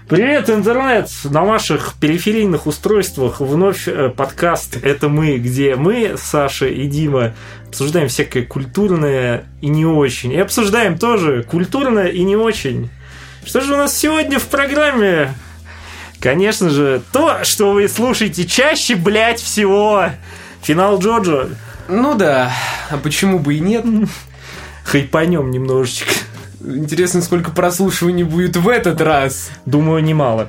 Привет, интернет! На ваших периферийных устройствах вновь подкаст «Это мы», где мы, Саша и Дима, обсуждаем всякое культурное и не очень. И обсуждаем тоже культурное и не очень. Что же у нас сегодня в программе? Конечно же, то, что вы слушаете чаще, блять, всего. Финал Джоджо. Ну да, а почему бы и нет? Хайпанем немножечко. Интересно, сколько прослушиваний будет в этот раз. Думаю, немало.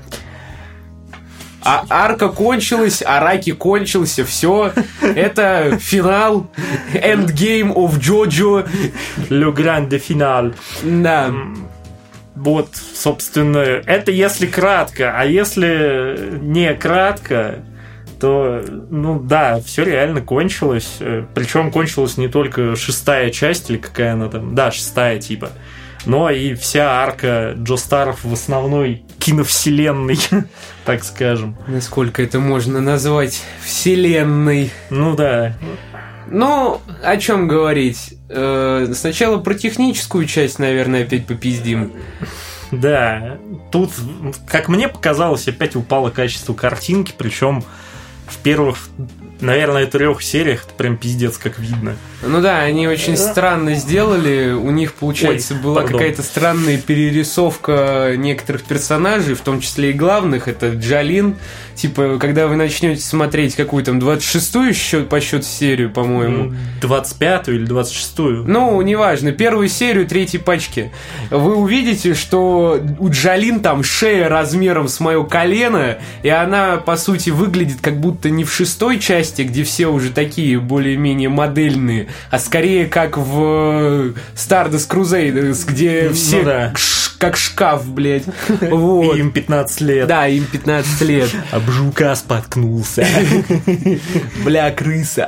А арка кончилась, Араки кончился, все. Это финал. Endgame of Jojo. Le Grande Final. Да. Вот, собственно, это если кратко. А если не кратко, то, ну да, все реально кончилось. Причем кончилась не только 6-я часть, или какая она там. Да, 6-я типа. Но и вся арка Джостаров в основной киновселенной, так скажем. Насколько это можно назвать вселенной? Ну да. Ну, о чем говорить? Сначала про техническую часть, наверное, опять попиздим. Да, тут, как мне показалось, опять упало качество картинки, причем в первых, наверное, 3 сериях это прям пиздец как видно. Ну да, они очень странно сделали. У них, получается, была какая-то странная перерисовка некоторых персонажей, в том числе и главных. Это Джалин. Типа, когда вы начнете смотреть какую там 26-ю по счету серию, по-моему. 25-ю или 26-ю. Ну, неважно. 1-ю серию 3-й пачки. Вы увидите, что у Джалин там шея размером с мое колено, и она, по сути, выглядит как будто не в 6-й части, где все уже такие более-менее модельные, а скорее как в Stardust Crusaders, где все как шкаф, блядь. Вот. Им 15 лет. Да, им 15 лет. Об жука споткнулся. Бля, крыса.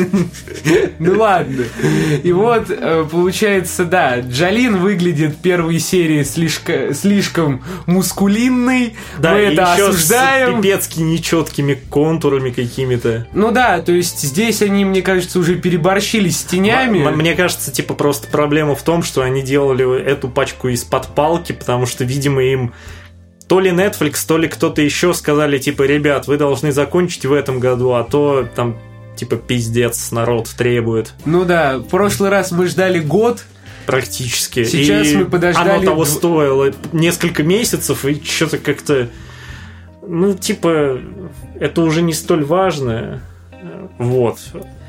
Ну ладно. И вот, получается, да, Джалин выглядит в 1-й серии слишком мускулинной. Да, мы это еще осуждаем. С пипецки нечеткими контурами какими-то. Ну да, то есть здесь они, мне кажется, уже переборщили с тенями. Мне кажется, типа, просто проблема в том, что они делали эту пачку из-под палки, потому что, видимо, им то ли Netflix, то ли кто-то еще сказали, типа, ребят, вы должны закончить в этом году, а то там, типа, пиздец народ требует. Ну да, в прошлый раз мы ждали год. Практически. Сейчас мы подождали... Оно того стоило несколько месяцев, и что-то как-то... Ну, типа, это уже не столь важно. Вот.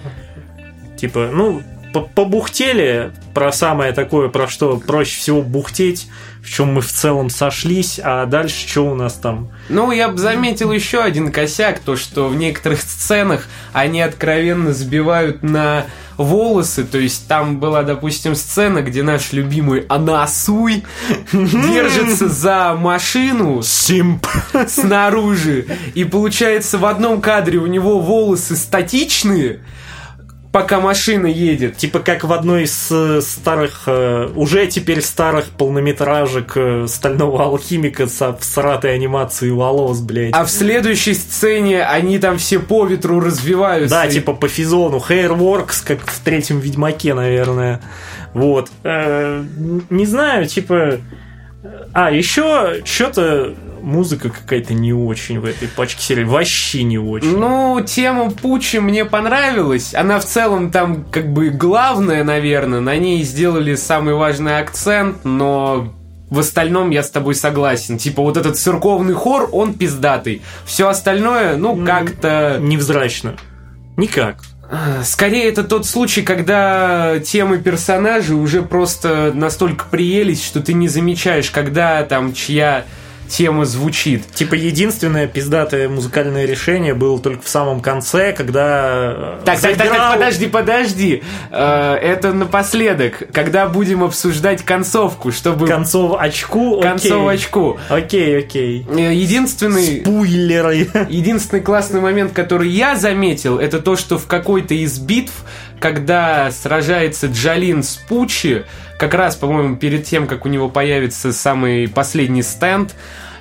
Типа, ну, побухтели про самое такое, про что проще всего бухтеть, в чем мы в целом сошлись, а дальше что у нас там? Ну, я бы заметил еще один косяк, то, что в некоторых сценах они откровенно сбивают на волосы, то есть там была, допустим, сцена, где наш любимый Анасуй держится за машину Симп снаружи, и получается в одном кадре у него волосы статичные, пока машина едет. Типа как в одной из старых, уже теперь старых полнометражек «Стального алхимика» с всратой анимацией волос, блядь. А в следующей сцене они там все по ветру развиваются. Да, типа по физону. Hairworks, как в 3-м Ведьмаке, наверное. Вот. Не знаю, типа... А, еще что-то... Музыка какая-то не очень в этой пачке серии. Вообще не очень. Ну, тема Пучи мне понравилась. Она в целом там как бы главная, наверное. На ней сделали самый важный акцент, но в остальном я с тобой согласен. Типа вот этот церковный хор, он пиздатый. Все остальное, ну, как-то... Невзрачно. Никак. Скорее, это тот случай, когда темы персонажей уже просто настолько приелись, что ты не замечаешь, когда там чья... тема звучит. Типа единственное пиздатое музыкальное решение было только в самом конце, когда... Так, подожди. Это напоследок, когда будем обсуждать концовку, чтобы... Концовочку? Окей. Единственный... Спойлеры. Единственный классный момент, который я заметил, это то, что в какой-то из битв, когда сражается Джалин с Пучи, как раз, по-моему, перед тем, как у него появится самый последний стенд,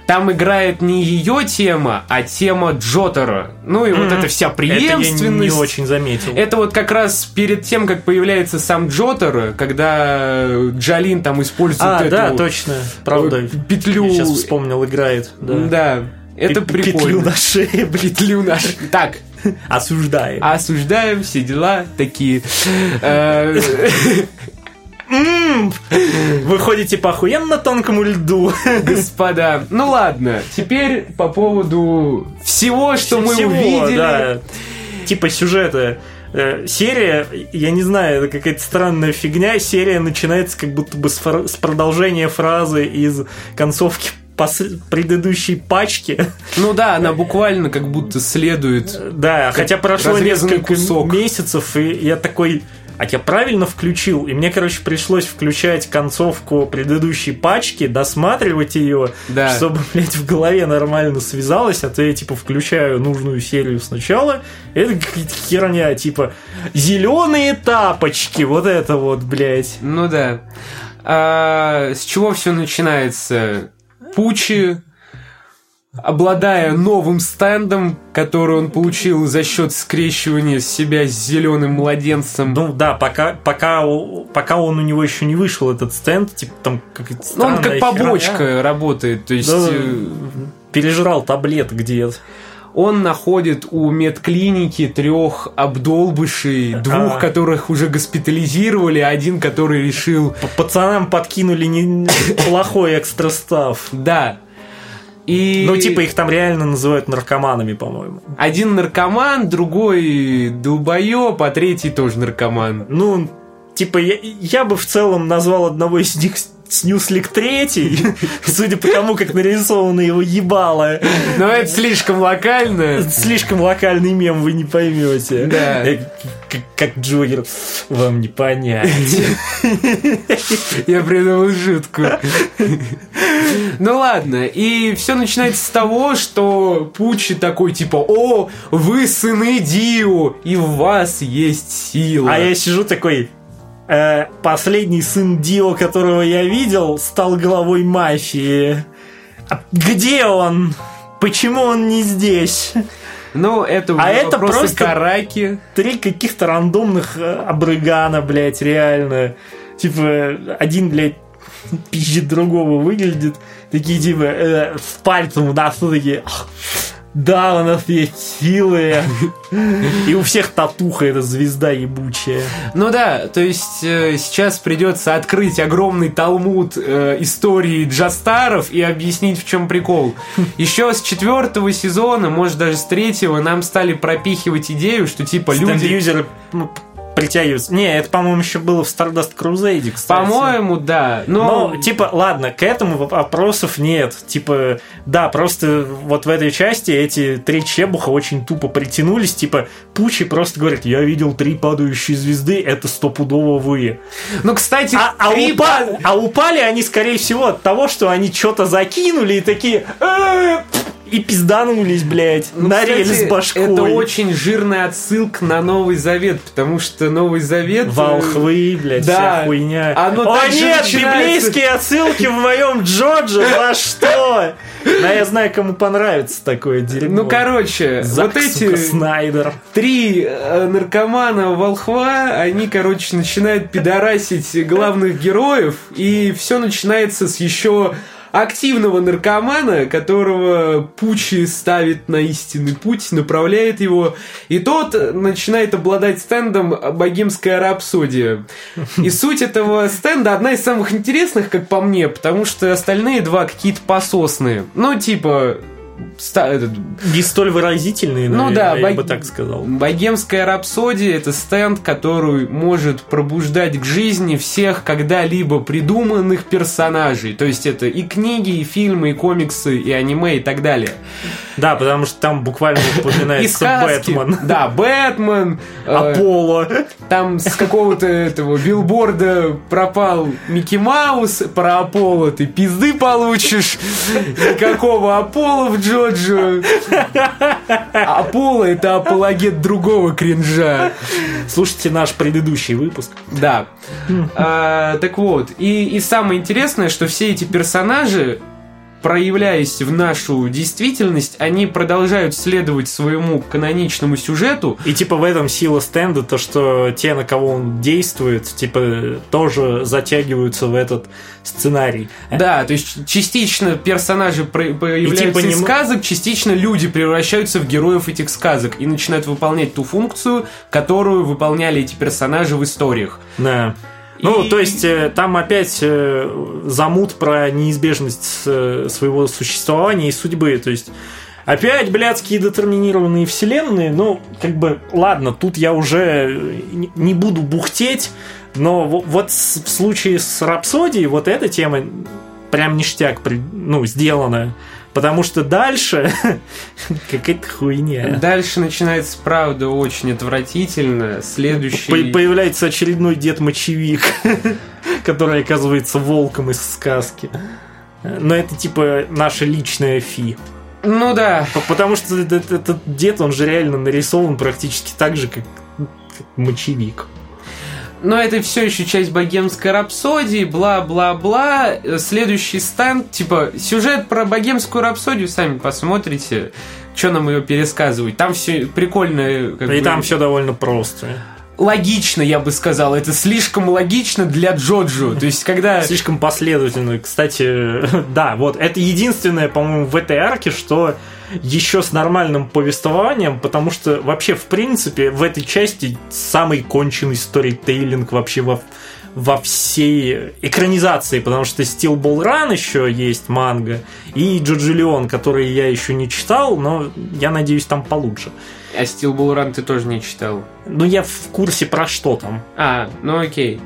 там играет не ее тема, а тема Джотаро. Ну и вот эта вся преемственность. Это я не очень заметил. Это вот как раз перед тем, как появляется сам Джотаро, когда Джолин там использует эту... да, точно, правда. Петлю... Я сейчас вспомнил, играет. Да. Это прикольно. Петлю на шее, Петлю на шее. Так. Осуждаем. Осуждаем, все дела такие. Вы ходите по охуенно тонкому льду. Господа. Ну ладно, теперь по поводу всего, что мы увидели. Да. Типа сюжета. Серия, я не знаю, это какая-то странная фигня. Серия начинается как будто бы с продолжения фразы из концовки предыдущей пачки. Ну да, она буквально как будто следует. Да, хотя прошло несколько месяцев, и я такой... А я правильно включил? И мне, короче, пришлось включать концовку предыдущей пачки, досматривать ее, да, чтобы, блядь, в голове нормально связалось, а то я, типа, включаю нужную серию сначала, и это какая-то херня, типа, зеленые тапочки, вот это вот, блядь. Ну да. С чего все начинается? Пучи, обладая новым стендом, который он получил за счет скрещивания себя с зеленым младенцем. Ну да, пока он у него еще не вышел, этот стенд, типа там какая-то странная он как побочка работает, то есть... Да, пережрал таблет где-то. Он находит у медклиники 3 обдолбышей, 2 которых уже госпитализировали, 1, который решил... Пацанам подкинули неплохой экстрастав. Да. И... Ну, типа, их там реально называют наркоманами, по-моему. 1 наркоман, другой долбоёб, а 3 тоже наркоман. Ну, типа, я бы в целом назвал одного из них Снюслик 3, судя по тому, как нарисовано его ебало. Но это слишком локально. Слишком локальный мем, вы не поймете. Да. Как Джокер, вам не понять. Я придумал шутку. Ну ладно, и все начинается с того, что Пучи такой типа: о, вы сыны Дио, и в вас есть сила. А я сижу такой: последний сын Дио, которого я видел, стал главой мафии. Где он? Почему он не здесь? Ну, это уже это просто Караки. 3 каких-то рандомных абрыгана, блядь, реально. Типа, один, блядь, пизжит другого выглядит. Такие, типа, в пальцем у нас такие... Да, у нас есть силы. И у всех татуха, эта звезда ебучая. Ну да, то есть сейчас придется открыть огромный талмуд истории джастаров и объяснить, в чем прикол. Еще с 4 сезона, может даже с 3, нам стали пропихивать идею, что типа люди... Стенд-юзеры притягиваются. Не, это, по-моему, еще было в Stardust Crusade, кстати. По-моему, да. Но, типа, ладно, к этому вопросов нет. Типа, да, просто вот в этой части эти 3 чебуха очень тупо притянулись. Типа, Пучи просто говорит: я видел 3 падающие звезды, это стопудово вы. Ну, кстати... упали они, скорее всего, от того, что они что-то закинули и такие... И пизданулись, блядь, на рельс с башкой. Это очень жирная отсылка на Новый Завет, потому что Новый Завет... Волхвы, блядь, да, вся хуйня. О нет, библейские отсылки в моем Джорджи, за что? Но я знаю, кому понравится такое дерьмо. Ну, короче, Зак, вот эти Снайдер. 3 наркомана-волхва, они, короче, начинают пидорасить главных героев, и все начинается с еще... активного наркомана, которого Пучи ставит на истинный путь, направляет его, и тот начинает обладать стендом «Богемская рапсодия». И суть этого стенда одна из самых интересных, как по мне, потому что остальные 2 какие-то пососные. Ну, типа... Не столь выразительные, наверное, да, я бы так сказал. Богемская рапсодия — это стенд, который может пробуждать к жизни всех когда-либо придуманных персонажей. То есть это и книги, и фильмы, и комиксы, и аниме, и так далее. Да, потому что там буквально упоминается Бэтмен. Да, Бэтмен, Аполло. Там с какого-то этого билборда пропал Микки Маус. Про Аполло ты пизды получишь. Никакого Аполло в Джоджо. Аполло — это апологет другого кринжа. Слушайте наш предыдущий выпуск. Да. Так вот, и самое интересное, что все эти персонажи проявляясь в нашу действительность, они продолжают следовать своему каноничному сюжету. И типа в этом сила стенда, то что те, на кого он действует, типа тоже затягиваются в этот сценарий. Да, то есть частично персонажи появляются типа из сказок, частично люди превращаются в героев этих сказок и начинают выполнять ту функцию, которую выполняли эти персонажи в историях. Да. Ну, то есть, там опять замут про неизбежность своего существования и судьбы. То есть, опять блядские детерминированные вселенные. Ну, как бы, ладно, тут я уже не буду бухтеть, но вот в случае с Рапсодией вот эта тема прям ништяк, сделана. Потому что дальше какая-то хуйня. Дальше начинается, правда, очень отвратительно. Следующий... Появляется очередной дед-мочевик, который оказывается волком из сказки. Но это типа наша личная фи. Ну да. Потому что этот дед, он же реально нарисован практически так же, как мочевик. Но это все еще часть богемской рапсодии, бла-бла-бла. Следующий стенд, типа, сюжет про богемскую рапсодию, сами посмотрите, что нам ее пересказывать. Там все прикольно. Там все довольно просто. Логично, я бы сказал. Это слишком логично для Джоджо. То есть, когда... Слишком последовательно. Кстати, да, вот это единственное, по-моему, в этой арке, что еще с нормальным повествованием, потому что вообще, в принципе, в этой части самый конченый сторитейлинг вообще во всей экранизации, потому что Steel Ball Run еще есть манга, и Джоджо Леон, который я еще не читал, но я надеюсь, там получше. А Steel Ball Run ты тоже не читал? Ну, я в курсе про что там. Ну окей.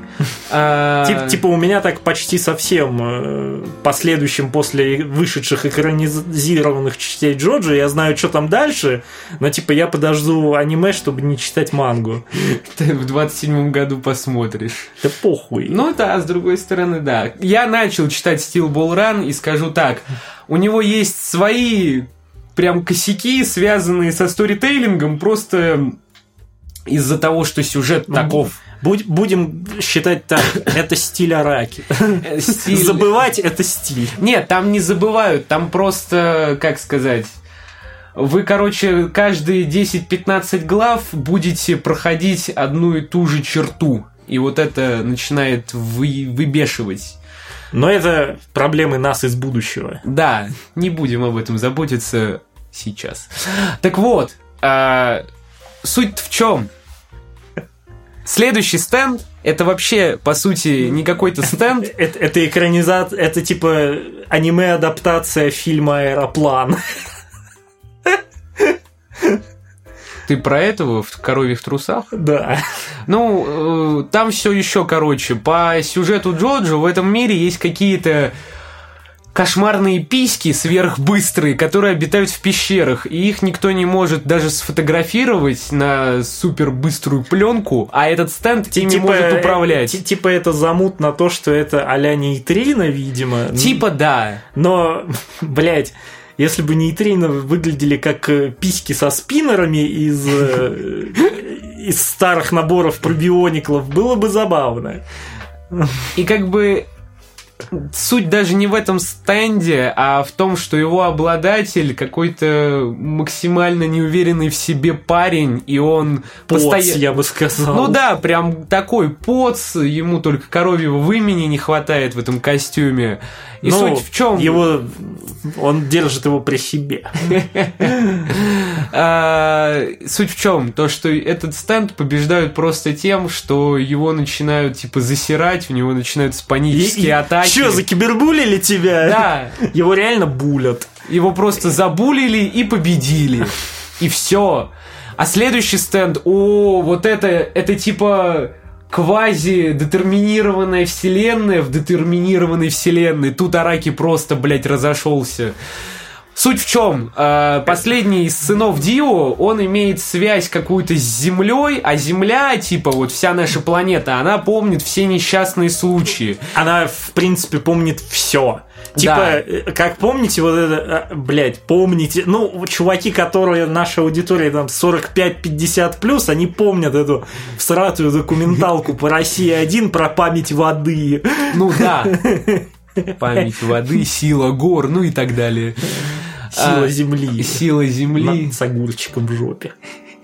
Типа у меня так почти совсем последующим после вышедших экранизированных частей Джоджо, я знаю, что там дальше, но типа я подожду аниме, чтобы не читать мангу. Ты в 27-м году посмотришь. Да похуй. Ну да, с другой стороны, да. Я начал читать Steel Ball Run и скажу так, у него есть свои прям косяки, связанные со сторитейлингом, просто из-за того, что сюжет таков. Будем считать так, это стиль Араки. Забывать это стиль. Нет, там не забывают, там просто, как сказать... Вы, короче, каждые 10-15 глав будете проходить одну и ту же черту. И вот это начинает выбешивать. Но это проблемы нас из будущего. Да, не будем об этом заботиться сейчас. Так вот, суть в чем? Следующий стенд — это вообще, по сути, не какой-то стенд. Это экранизация, это типа аниме-адаптация фильма «Аэроплан». Ты про этого в «Коровьих трусах»? Да. Ну, там все еще короче. По сюжету Джоджо в этом мире есть какие-то кошмарные письки сверхбыстрые, которые обитают в пещерах, и их никто не может даже сфотографировать на супербыструю пленку, а этот стенд ими может управлять. Типа это замут на то, что это а-ля нейтрино, видимо. Типа да. Но, блядь, если бы нейтрино выглядели как письки со спиннерами из старых наборов пробиониклов, было бы забавно. И как бы суть даже не в этом стенде, а в том, что его обладатель какой-то максимально неуверенный в себе парень, и он постоянно... я бы сказал. Ну да, прям такой поц, ему только коровьего вымени не хватает в этом костюме. И суть в чем? Он держит его при себе. Суть в чем? То, что этот стенд побеждают просто тем, что его начинают типа засирать, у него начинаются панические атаки. Что, закибербулили тебя? Да. Его реально булят. Его просто забулили и победили. И все. А следующий стенд, вот это типа... квази-детерминированная вселенная в детерминированной вселенной. Тут Араки просто, блядь, разошелся. Суть в чем? Последний из сынов Дио, он имеет связь какую-то с Землей, а Земля, типа, вот вся наша планета, она помнит все несчастные случаи. Она, в принципе, помнит все. Типа, да. Как помните, вот это, блядь, помните, ну, чуваки, которые, наша аудитория, там, 45-50+, они помнят эту всратую документалку по России-1 про память воды. Ну да. Память воды, сила гор, ну и так далее. Сила земли. Сила земли. С огурчиком в жопе.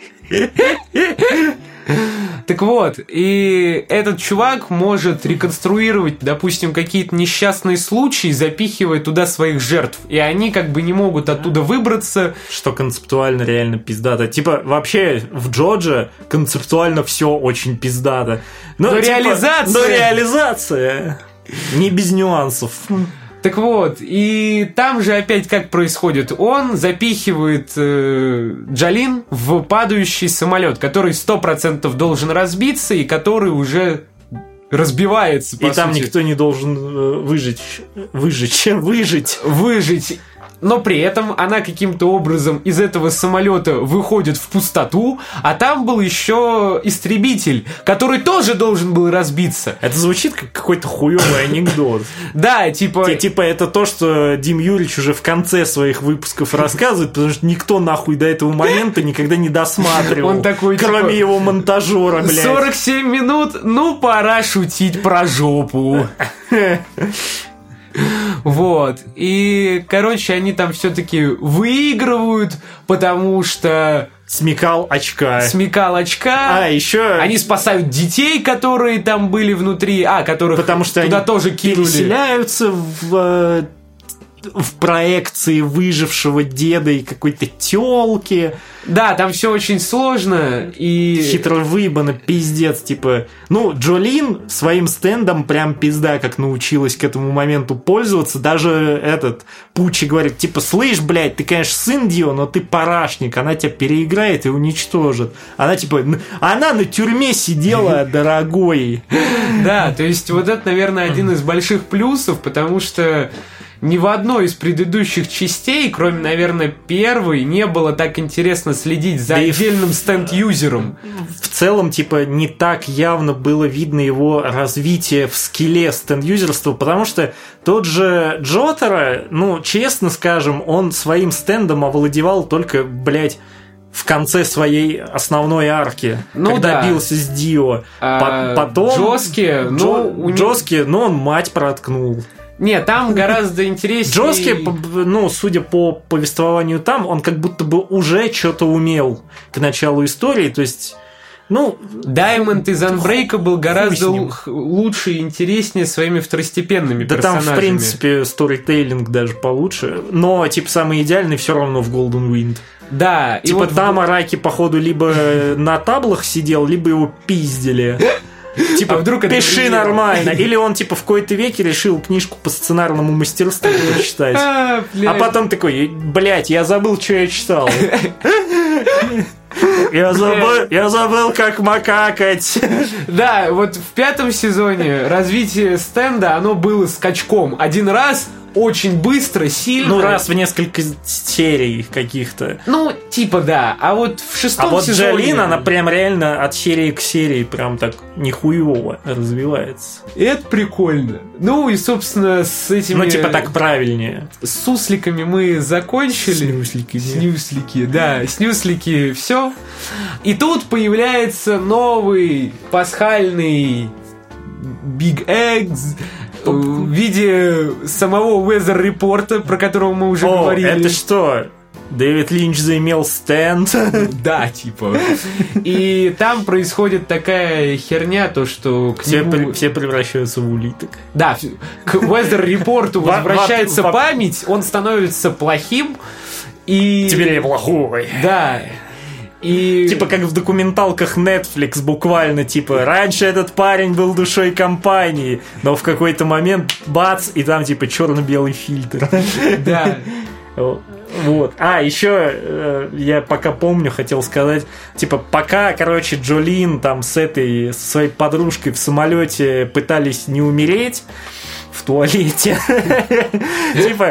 Так вот, и этот чувак может реконструировать, допустим, какие-то несчастные случаи, запихивая туда своих жертв. И они как бы не могут оттуда выбраться. Что концептуально реально пиздато. Типа, вообще, в Джоджо концептуально все очень пиздато. Но реализация... Но реализация... Не без нюансов. Так вот, и там же опять как происходит? Он запихивает Джолин в падающий самолет, который 100% должен разбиться и который уже разбивается, по и сути. Там никто не должен выжить. Но при этом она каким-то образом из этого самолета выходит в пустоту, а там был еще истребитель, который тоже должен был разбиться. Это звучит как какой-то хуёвый анекдот. Да, типа... Типа это то, что Дим Юрьевич уже в конце своих выпусков рассказывает, потому что никто нахуй до этого момента никогда не досматривал. Он такой, кроме его монтажера, блядь. 47 минут, ну пора шутить про жопу. Вот. И, короче, они там все-таки выигрывают, потому что... Смекал очка. А еще... Они спасают детей, которые там были внутри, которых потому что туда они тоже кинули. Переселяются в проекции выжившего деда и какой-то тёлки. Да, там все очень сложно и... Хитро выебано, пиздец, типа... Ну, Джолин своим стендом прям пизда как научилась к этому моменту пользоваться. Даже Пучи говорит, типа, слышь, блядь, ты, конечно, сын Дио, но ты парашник, она тебя переиграет и уничтожит. Она, типа, она на тюрьме сидела, дорогой. Да, то есть вот это, наверное, один из больших плюсов, потому что ни в одной из предыдущих частей, кроме, наверное, первой, не было так интересно следить за отдельным стенд-юзером. В целом, типа, не так явно было видно его развитие в скилле стенд-юзерства, потому что тот же Джотаро, ну, честно скажем, он своим стендом овладевал только, блядь, в конце своей основной арки, когда бился с Дио. Потом... Джоски, он мать проткнул. Нет, там гораздо интереснее... Джоски, ну, судя по повествованию там, он как будто бы уже что-то умел к началу истории, то есть... Ну, Diamond из Unbreakable гораздо лучше и интереснее своими второстепенными персонажами. Да там, в принципе, сторитейлинг даже получше, но, типа, самый идеальный все равно в Golden Wind. Да. Типа, вот там Араки, походу, либо на таблах сидел, либо его пиздили. Типа, вдруг пиши нормально. Или он, типа, в какой-то веке решил книжку по сценарному мастерству прочитать. А потом такой, блядь, я забыл, что я читал. Я забыл, как макакать. Да, вот в 5 сезоне развитие стенда, оно было скачком. Один раз очень быстро, сильно. Ну, раз в несколько серий каких-то. Ну, типа, да. А вот в 6 сезоне... А вот Джолин, она прям реально от серии к серии прям так нихуево развивается. И это прикольно. Ну, и, собственно, с этими... Ну, типа, так правильнее. С сусликами мы закончили. Снюслики, да. Снюслики, все. И тут появляется новый пасхальный Big Eggs в виде самого Weather Report, про которого мы уже говорили. Это что? Дэвид Линч заимел стенд? Да, типа. И там происходит такая херня, то что к нему... Все превращаются в улиток. Да, к Weather Report возвращается память, он становится плохим. И... Теперь я плохой. Да. И... Типа как в документалках Netflix буквально, типа, раньше этот парень был душой компании, но в какой-то момент бац, и там типа черно-белый фильтр. Да. Вот. Еще я пока помню, хотел сказать, типа, пока, короче, Джолин там со своей подружкой в самолете пытались не умереть в туалете. Типа,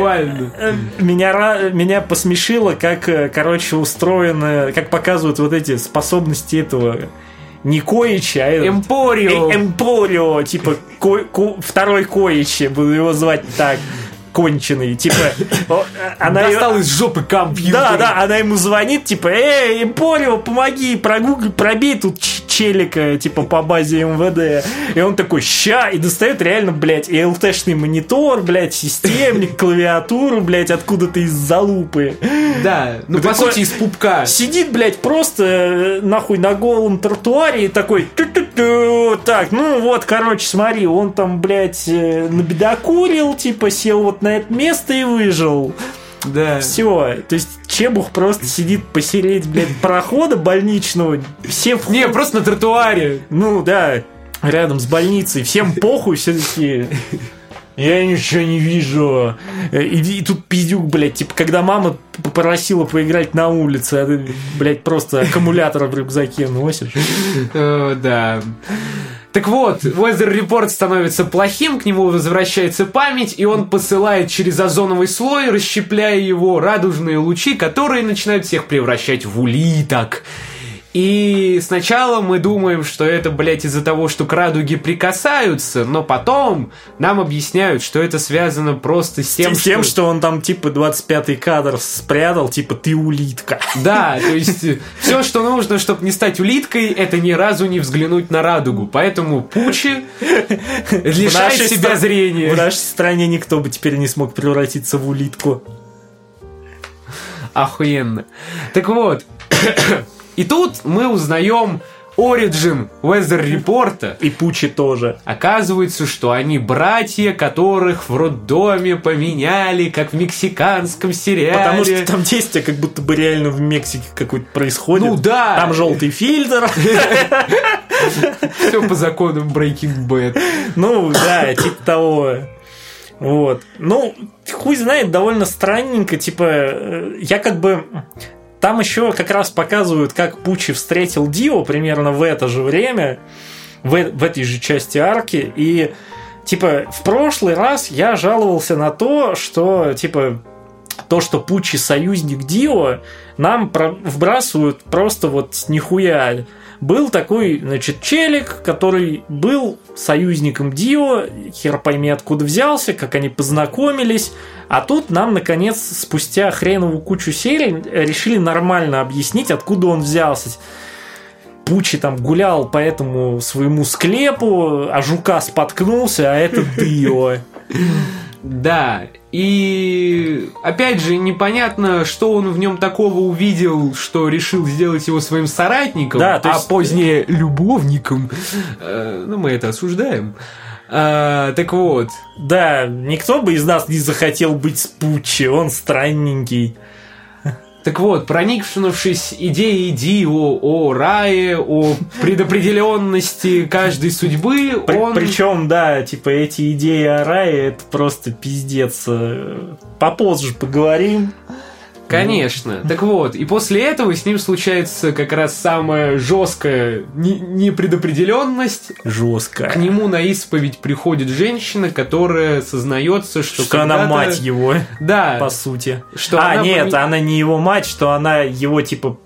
меня посмешило, как, короче, устроено, как показывают вот эти способности этого не Коичи, а Эмпорио, типа, второй Коичи, буду его звать так. конченый, типа... Она достал из жопы компьютер. Да, она ему звонит, типа, Эмпорио, помоги, прогугли, пробей тут челика, типа, по базе МВД. И он такой, ща, и достает реально, блядь, и ЛТшный монитор, блядь, системник, клавиатуру, блядь, откуда-то из залупы. Да, ну, по сути, из пупка. Сидит, блядь, просто, нахуй, на голом тротуаре и такой, так, ну, вот, короче, смотри, он там, блядь, набедокурил, типа, сел вот на это место и выжил. Да. Все. То есть Чебух просто сидит посередине, блядь, прохода больничного. Все Не, просто на тротуаре. Ну, да, рядом с больницей. Всем похуй, все такие... Я ничего не вижу. И тут пиздюк, блядь, типа, когда мама попросила поиграть на улице, а ты, блядь, просто аккумулятор в рюкзаке носишь. Да. Так вот, Weather Report становится плохим, к нему возвращается память, и он посылает через озоновый слой, расщепляя его, радужные лучи, которые начинают всех превращать в улиток. И сначала мы думаем, что это, блядь, из-за того, что к радуге прикасаются, но потом нам объясняют, что это связано просто с тем, что он там, типа, 25-й кадр спрятал, типа, ты улитка. Да, то есть все, что нужно, чтобы не стать улиткой, это ни разу не взглянуть на радугу. Поэтому Пучи лишает себя зрения. В нашей стране никто бы теперь не смог превратиться в улитку. Охуенно. Так вот... И тут мы узнаем Origin Weather Report. И Пучи тоже. Оказывается, что они братья, которых в роддоме поменяли, как в мексиканском сериале. Потому что там действие как будто бы реально в Мексике какое-то происходит. Ну да. Там желтый фильтр. Все по законам Breaking Bad. Ну да, типа того. Вот. Ну, хуй знает, довольно странненько. Типа, я как бы... Там еще как раз показывают, как Пучи встретил Дио примерно в это же время, в этой же части арки. И, типа, в прошлый раз я жаловался на то, что, типа, то, что Пучи союзник Дио, нам вбрасывают просто вот нихуя. Был такой, значит, челик, который был союзником Дио, хер пойми откуда взялся, как они познакомились, а тут нам, наконец, спустя хреновую кучу серий решили нормально объяснить, откуда он взялся. Пучи там гулял по этому своему склепу, а жука споткнулся, а это Дио. Да, и опять же непонятно, что он в нем такого увидел, что решил сделать его своим соратником, да, то есть... а позднее любовником. Ну, мы это осуждаем. Так вот. Да, никто бы из нас не захотел быть с Пучи, он странненький. Так вот, проникнувшись идеей Дио о рае, о предопределенности каждой судьбы, он... Причем, да, типа эти идеи о рае, это просто пиздец. Попозже поговорим. Конечно. Так вот, и после этого с ним случается как раз самая жесткая непредопределенность. Жесткая. К нему на исповедь приходит женщина, которая сознается, что она мать его. Да. По сути. Что нет, она не его мать, что она его типа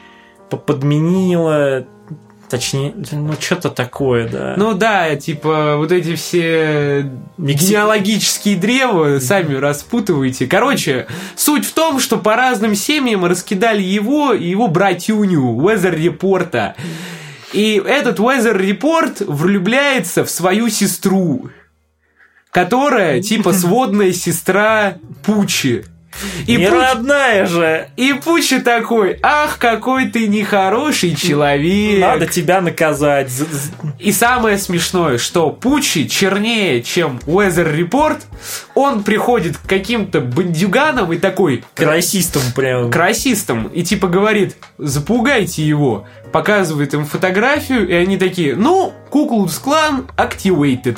подменила. Точнее, ну что-то такое, да. Ну да, типа вот эти все генеалогические древа сами распутываете. Короче, суть в том, что по разным семьям раскидали его и его братюню Weather Report. И этот Weather Report влюбляется в свою сестру, которая типа сводная сестра Пучи. И не родная же. И Пучи такой: ах, какой ты нехороший человек. Надо тебя наказать. И самое смешное, что Пучи чернее, чем Weather Report. Он приходит к каким-то бандюганам и такой... К расистам прям. К расистам. И типа говорит: запугайте его. Показывает им фотографию, и они такие: ну, Ку-Клукс-Клан activated.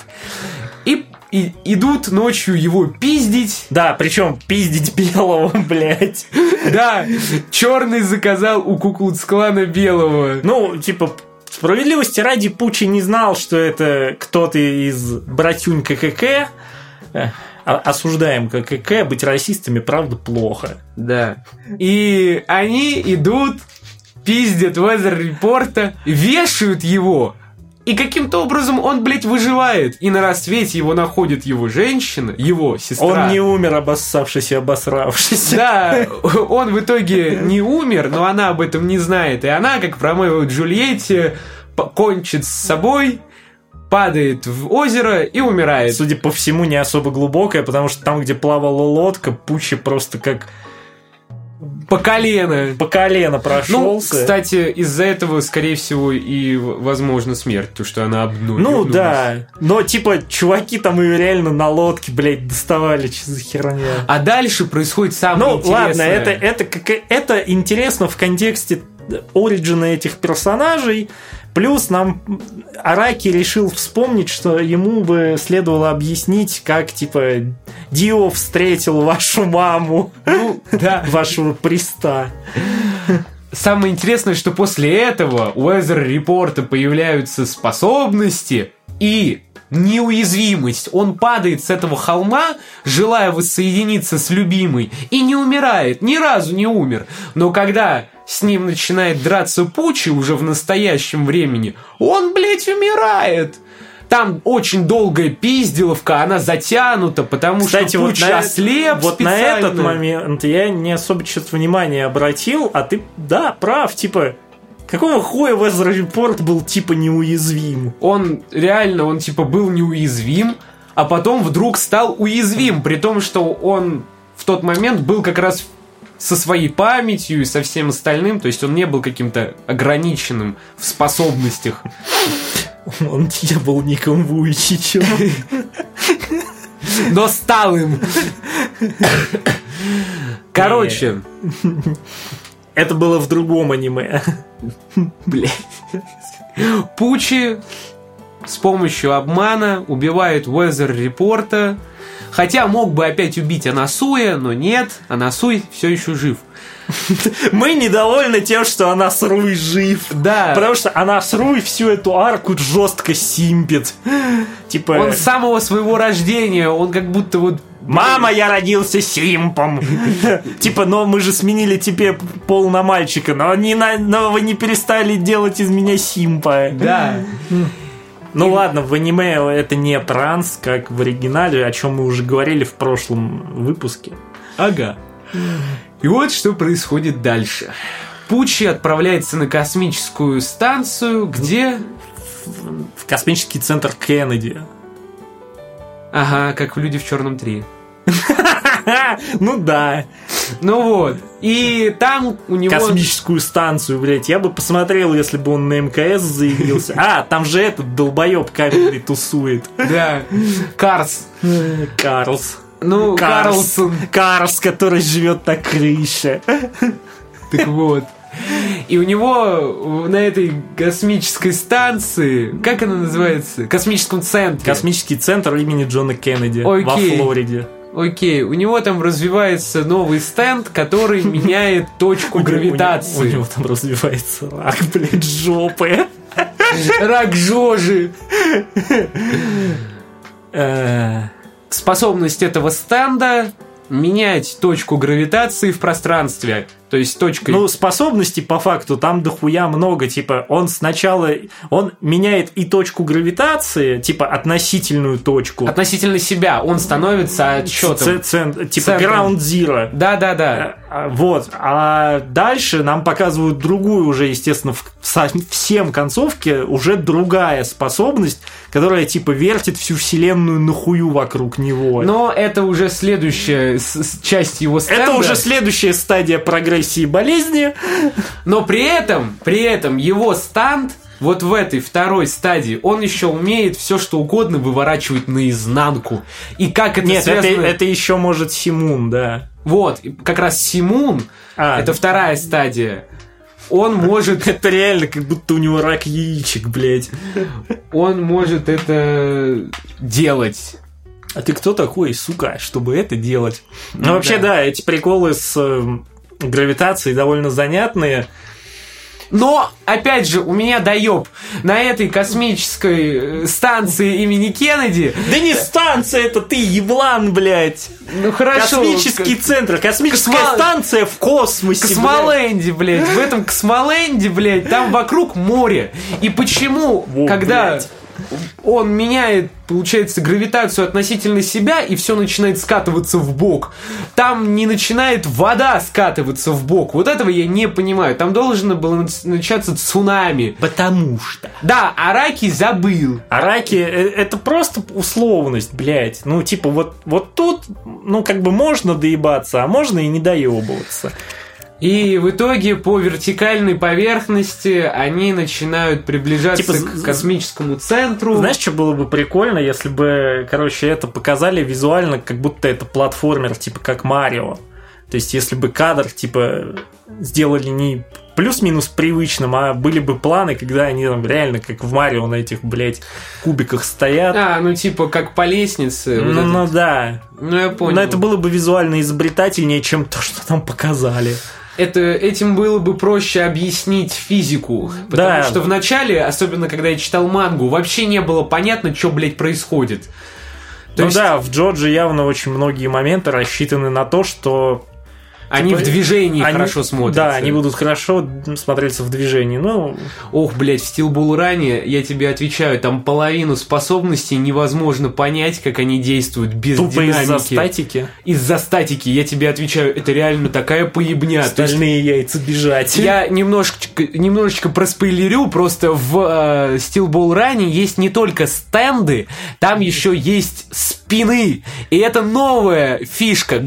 И идут ночью его пиздить. Да, причем пиздить белого, блядь. Да, черный заказал у Ку-Клукс-Клана белого. Ну, типа, справедливости ради, Пучи не знал, что это кто-то из братюнь ККК. Осуждаем ККК, быть расистами, правда, плохо. Да. И они идут, пиздят Weather Report, вешают его И каким-то образом он, блядь, выживает. И на рассвете его находит его женщина, его сестра. Он не умер, обоссавшись и обосравшись. Да, он в итоге не умер, но она об этом не знает. И она, как в Ромео и Джульетте, кончит с собой, падает в озеро и умирает. Судя по всему, не особо глубокая, потому что там, где плавала лодка, Пуччи просто как... По колено прошелся. Ну, кстати, из-за этого, скорее всего, и возможно смерть, то, что она обнулилась. Ну да, но типа чуваки там ее реально на лодке, блядь, доставали, что за херня. А дальше происходит самое интересное. Ну ладно, это интересно в контексте ориджина этих персонажей. Плюс нам Араки решил вспомнить, что ему бы следовало объяснить, как, типа, Дио встретил вашу маму, ну, да. вашего приста. Самое интересное, что после этого у Уэзер-Репорта появляются способности и неуязвимость. Он падает с этого холма, желая воссоединиться с любимой, и не умирает, ни разу не умер. Но когда с ним начинает драться Пуччи уже в настоящем времени, он, блядь, умирает. Там очень долгая пизделовка, она затянута, потому Кстати, что Пуччи ослеп вот специально. на этот момент я не особо что-то внимания обратил, а ты, да, прав, типа... Какого хуя Уэзер-Репорт был типа неуязвим? Он реально, он типа был неуязвим, а потом вдруг стал уязвим, при том, что он в тот момент был как раз со своей памятью и со всем остальным, то есть он не был каким-то ограниченным в способностях. Он не был Ником Вуйчичем. Но стал им. Короче... Это было в другом аниме. Блядь. Пуччи с помощью обмана убивает Уэзер-Репорта. Хотя мог бы опять убить Анасуя, но нет, Анасуй все еще жив. Мы недовольны тем, что Анасруй жив. Да. Потому что Анасруй всю эту арку жестко симпит. Типа... Он с самого своего рождения, он как будто вот... Мама, я родился симпом. Типа, но мы же сменили тебе пол на мальчика, но вы не перестали делать из меня симпа. Да. Ну ладно, в аниме это не транс, как в оригинале, о чем мы уже говорили в прошлом выпуске. Ага. И вот что происходит дальше. Пуччи отправляется на космическую станцию, где... В космический центр Кеннеди. Ага, как в «Люди в черном 3». Ну да. Ну вот. И там у него... Космическую станцию, блядь. Я бы посмотрел, если бы он на МКС заявился. А, там же этот долбоеб каменный тусует. Да. Карлс. Ну, Карлсон. Карлс, который живет на крыше. Так вот. И у него на этой космической станции, как она называется? Космическом центре. Космический центр имени Джона Кеннеди во Флориде. Окей, у него там развивается новый стенд, который меняет точку гравитации. У него там развивается рак, блядь, жопы. Рак жожи. Способность этого стенда менять точку гравитации в пространстве. То есть точка... Ну, способностей по факту там дохуя много. Типа, он сначала... Он меняет и точку гравитации, типа, относительную точку. Относительно себя. Он становится отсчетом. Типа, Ground Zero. Да. Вот. А дальше нам показывают другую уже, естественно, всем концовке уже другая способность, которая, типа, вертит всю вселенную нахую вокруг него. Но это уже следующая часть его стенда. Это уже следующая стадия прогрессии болезни. Но при этом его стенд вот в этой второй стадии, он еще умеет все что угодно выворачивать наизнанку. И как это связано... Нет, это еще может Симун, да. Вот, как раз Симун, это вторая стадия. Он может... Это реально, как будто у него рак яичек, блядь. Он может это делать. А ты кто такой, сука, чтобы это делать? Ну, вообще, да, эти приколы с гравитацией довольно занятные. Но, опять же, у меня доеб. На этой космической станции имени Кеннеди... Да не станция, это ты, еблан, блядь. Ну хорошо. Космический центр, космическая станция в космосе, Космоленде, блядь. В этом Космоленде, блядь, там вокруг море. И почему, когда... блядь. Он меняет, получается, гравитацию относительно себя, и все начинает скатываться в бок. Там не начинает вода скатываться в бок. Вот этого я не понимаю. Там должно было начаться цунами. Потому что. Да, Араки забыл. Араки это просто условность, блядь. Ну, типа, вот тут, ну, как бы можно доебаться, а можно и не доебываться. И в итоге по вертикальной поверхности они начинают приближаться к космическому центру. Знаешь, что было бы прикольно, если бы, короче, это показали визуально, как будто это платформер, типа как Марио. То есть, если бы кадр, типа, сделали не плюс-минус привычным, а были бы планы, когда они там реально, как в Марио, на этих, блядь, кубиках стоят. Ну, типа, как по лестнице. Ну, да. Ну, я понял. Но это было бы визуально изобретательнее, чем то, что там показали. Этим было бы проще объяснить физику. Потому что в начале, особенно когда я читал мангу, вообще не было понятно, что, блядь, происходит. В Джоджо явно очень многие моменты рассчитаны на то, что... Они в движении хорошо смотрятся. Да, они будут хорошо смотреться в движении. Ох, блядь, в Steel Ball Run, я тебе отвечаю, там половину способностей невозможно понять, как они действуют без динамики. Из-за статики? Из-за статики, я тебе отвечаю, это реально такая поебня. Стальные яйца бежать. Я немножечко проспойлерю, просто в Steel Ball Run есть не только стенды, там еще есть спины. И это новая фишка.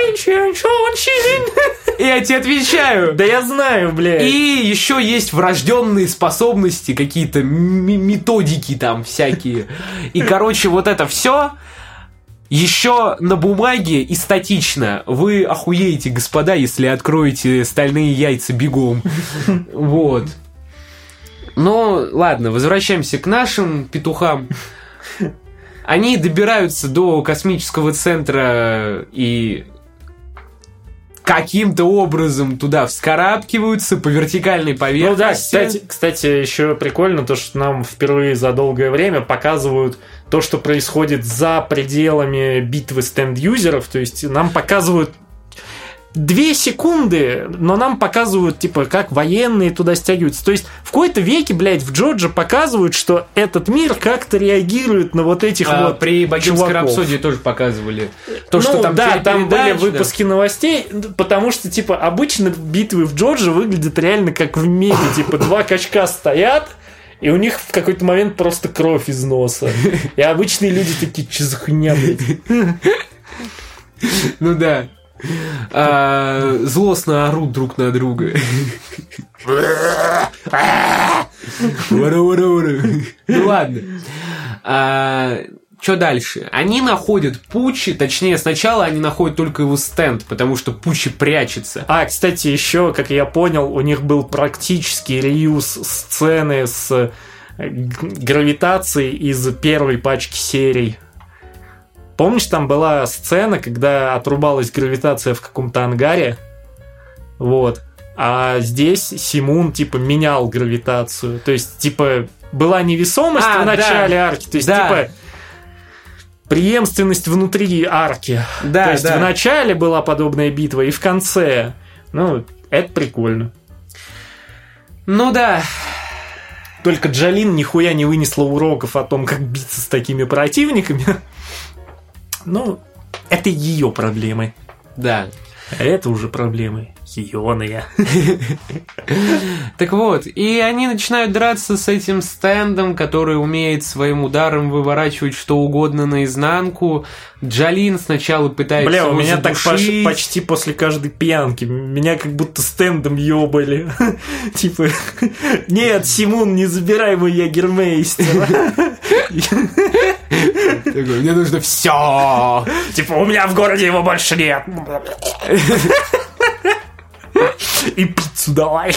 Я тебе отвечаю. Да я знаю, блядь. И еще есть врожденные способности, какие-то методики там всякие. И, короче, вот это все еще на бумаге и статично. Вы охуеете, господа, если откроете стальные яйца бегом. Вот. Ну, ладно, возвращаемся к нашим петухам. Они добираются до космического центра и... каким-то образом туда вскарабкиваются по вертикальной поверхности. Ну да, кстати, еще прикольно то, что нам впервые за долгое время показывают то, что происходит за пределами битвы стенд-юзеров. То есть нам показывают 2 секунды, но нам показывают, типа, как военные туда стягиваются. То есть в какой-то веке, блядь, в Джоджо показывают, что этот мир как-то реагирует на вот этих вот при Богемской чуваков. рапсодии тоже показывали. То, что там там были выпуски новостей, потому что, типа, обычно битвы в Джоджо выглядят реально как в меме. Типа, 2 качка стоят, и у них в какой-то момент просто кровь из носа. И обычные люди такие, что за хуйня, блядь? Ну да. Злостно орут друг на друга. Ну ладно. Что дальше? Они находят Пучи, точнее, сначала они находят только его стенд, потому что Пучи прячется. Кстати, еще, как я понял, у них был практический реюз сцены с гравитацией из первой пачки серий. Помнишь, там была сцена, когда отрубалась гравитация в каком-то ангаре? Вот. А здесь Симун, типа, менял гравитацию. То есть, типа, была невесомость в начале арки. То есть, типа, преемственность внутри арки. Да, то есть, в начале была подобная битва, и в конце. Ну, это прикольно. Ну да. Только Джалин нихуя не вынесла уроков о том, как биться с такими противниками. Ну, это ее проблемы. Да. А это уже проблемы ионные. Так вот, и они начинают драться с этим стендом, который умеет своим ударом выворачивать что угодно наизнанку. Джалин сначала пытается его у меня задушить. Так почти после каждой пьянки. Меня как будто стендом ёбали. Типа, нет, Симун, не забирай мой ягермейстер. Мне нужно все. Типа, у меня в городе его больше нет. И пиццу давай.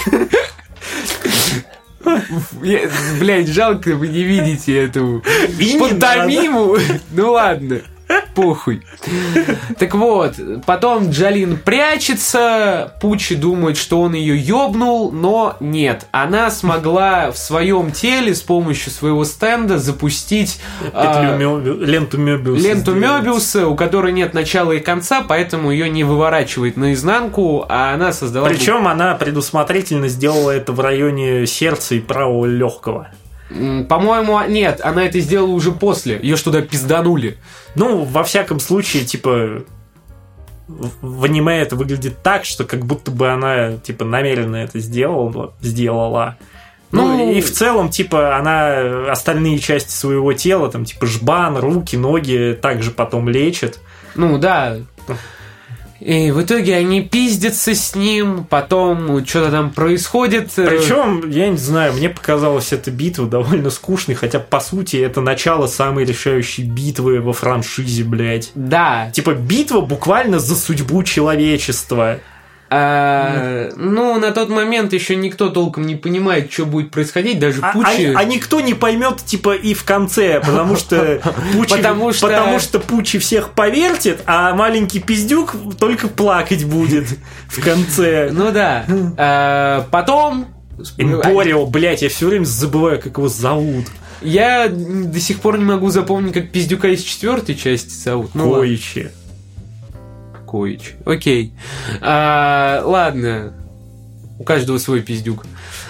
Блять, жалко, вы не видите эту пантомиму. Ну ладно. Похуй. Так вот, потом Джолин прячется, Пуччи думает, что он ее ёбнул, но нет. Она смогла в своем теле с помощью своего стенда запустить ленту Мёбиуса. Ленту Мёбиуса, у которой нет начала и конца, поэтому ее не выворачивает наизнанку, а она создала... Причем она предусмотрительно сделала это в районе сердца и правого легкого. По-моему, нет, она это сделала уже после. Ее ж туда пизданули. Ну, во всяком случае, типа, в аниме это выглядит так, что как будто бы она, типа, намеренно это сделала. Ну, и в целом, типа, она остальные части своего тела, там, типа, жбан, руки, ноги также потом лечит. Ну, да. И в итоге они пиздятся с ним, потом что-то там происходит. Причем, я не знаю, мне показалась эта битва довольно скучной, хотя, по сути, это начало самой решающей битвы во франшизе, блядь. Да. Типа, битва буквально за судьбу человечества. Ну, на тот момент еще никто толком не понимает, что будет происходить, даже Пуччи... А никто не поймет, типа, и в конце, потому что Пуччи всех повертит, а маленький пиздюк только плакать будет в конце. Ну да. Потом... Эмпорио, блядь, я все время забываю, как его зовут. Я до сих пор не могу запомнить, как пиздюка из 4-й части зовут. Коичи. Коич. Окей. Ладно. У каждого свой пиздюк.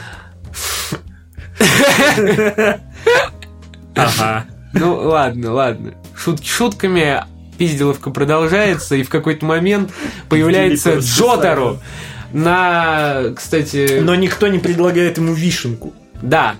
Ага. Ну, ладно. Шутки шутками. Пизделовка продолжается, и в какой-то момент появляется Джотаро. Кстати... Но никто не предлагает ему вишенку. Да.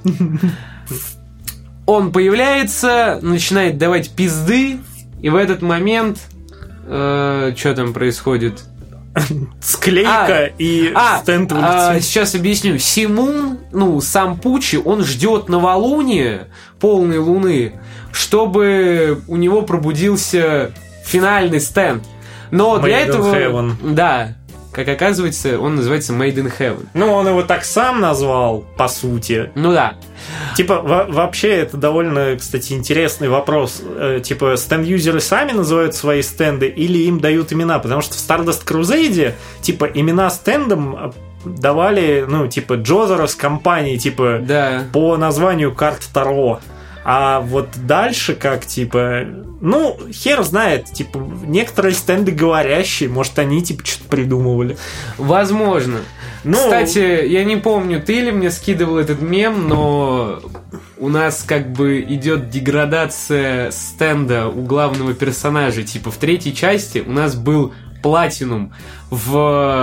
Он появляется, начинает давать пизды, и в этот момент... что там происходит? Склейка и стенд сейчас объясню. Симун, сам Пуччи, он ждет новолуния, полной луны, чтобы у него пробудился финальный стенд. Но для этого... Heaven. Да. Как оказывается, он называется Made in Heaven. Ну, он его так сам назвал, по сути. Ну да. Типа, вообще, это довольно, кстати, интересный вопрос. Типа, стенд-юзеры сами называют свои стенды или им дают имена? Потому что в Stardust Crusade, типа, имена стендам давали, типа, Джозеро с компанией, типа, да. По названию карт Таро. А вот дальше как, типа... хер знает, типа, некоторые стенды говорящие, может, они, типа, что-то придумывали. Возможно. Кстати, я не помню, ты ли мне скидывал этот мем, но у нас как бы идет деградация стенда у главного персонажа. Типа, в 3-й части у нас был Платинум, в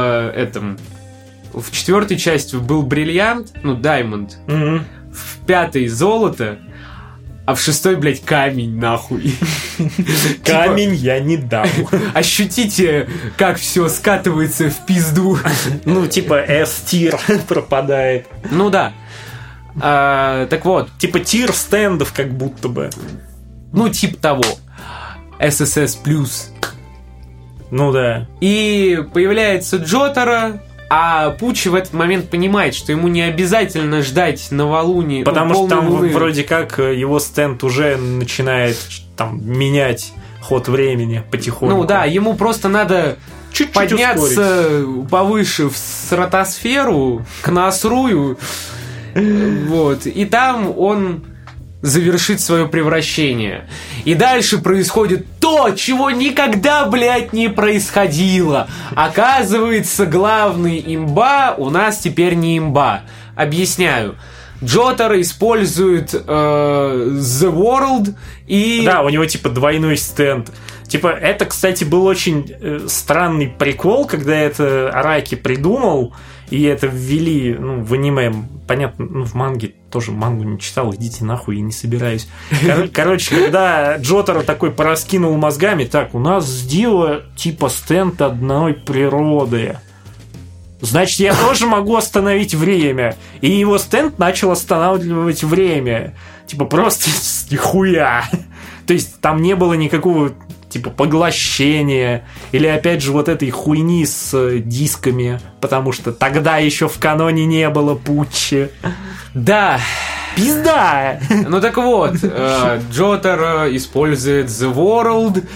4-й части был Бриллиант, Даймонд, в 5-й Золото, а в 6-й, блядь, камень, нахуй. Камень я не дам. Ощутите, как все скатывается в пизду. Типа S-тир пропадает. Ну да. Так вот. Типа тир стендов как будто бы. Типа того. SSS+. Ну да. И появляется Джотаро, а Пуччи в этот момент понимает, что ему не обязательно ждать новолуния. Потому что там луны. Вроде как его стенд уже начинает там менять ход времени потихоньку. Ему просто надо чуть-чуть подняться повыше в стратосферу, к Насрую. Вот. И там он завершит свое превращение. И дальше происходит то, чего никогда, блядь, не происходило. Оказывается, главный имба у нас теперь не имба. Объясняю. Джотаро использует The World и... Да, у него типа двойной стенд. Типа, это, кстати, был очень странный прикол, когда это Араки придумал, и это ввели, в аниме. Понятно, в манге тоже мангу не читал, идите нахуй, я не собираюсь. Короче, когда Джотаро такой пораскинул мозгами, так, у нас с Дио типа стенд одной природы. Значит, я тоже могу остановить время. И его стенд начал останавливать время. Типа, просто нихуя. То есть, там не было никакого, типа, поглощения. Или, опять же, вот этой хуйни с дисками. Потому что тогда еще в каноне не было Пуччи. Да. Пизда! Так вот, Джотаро использует The World,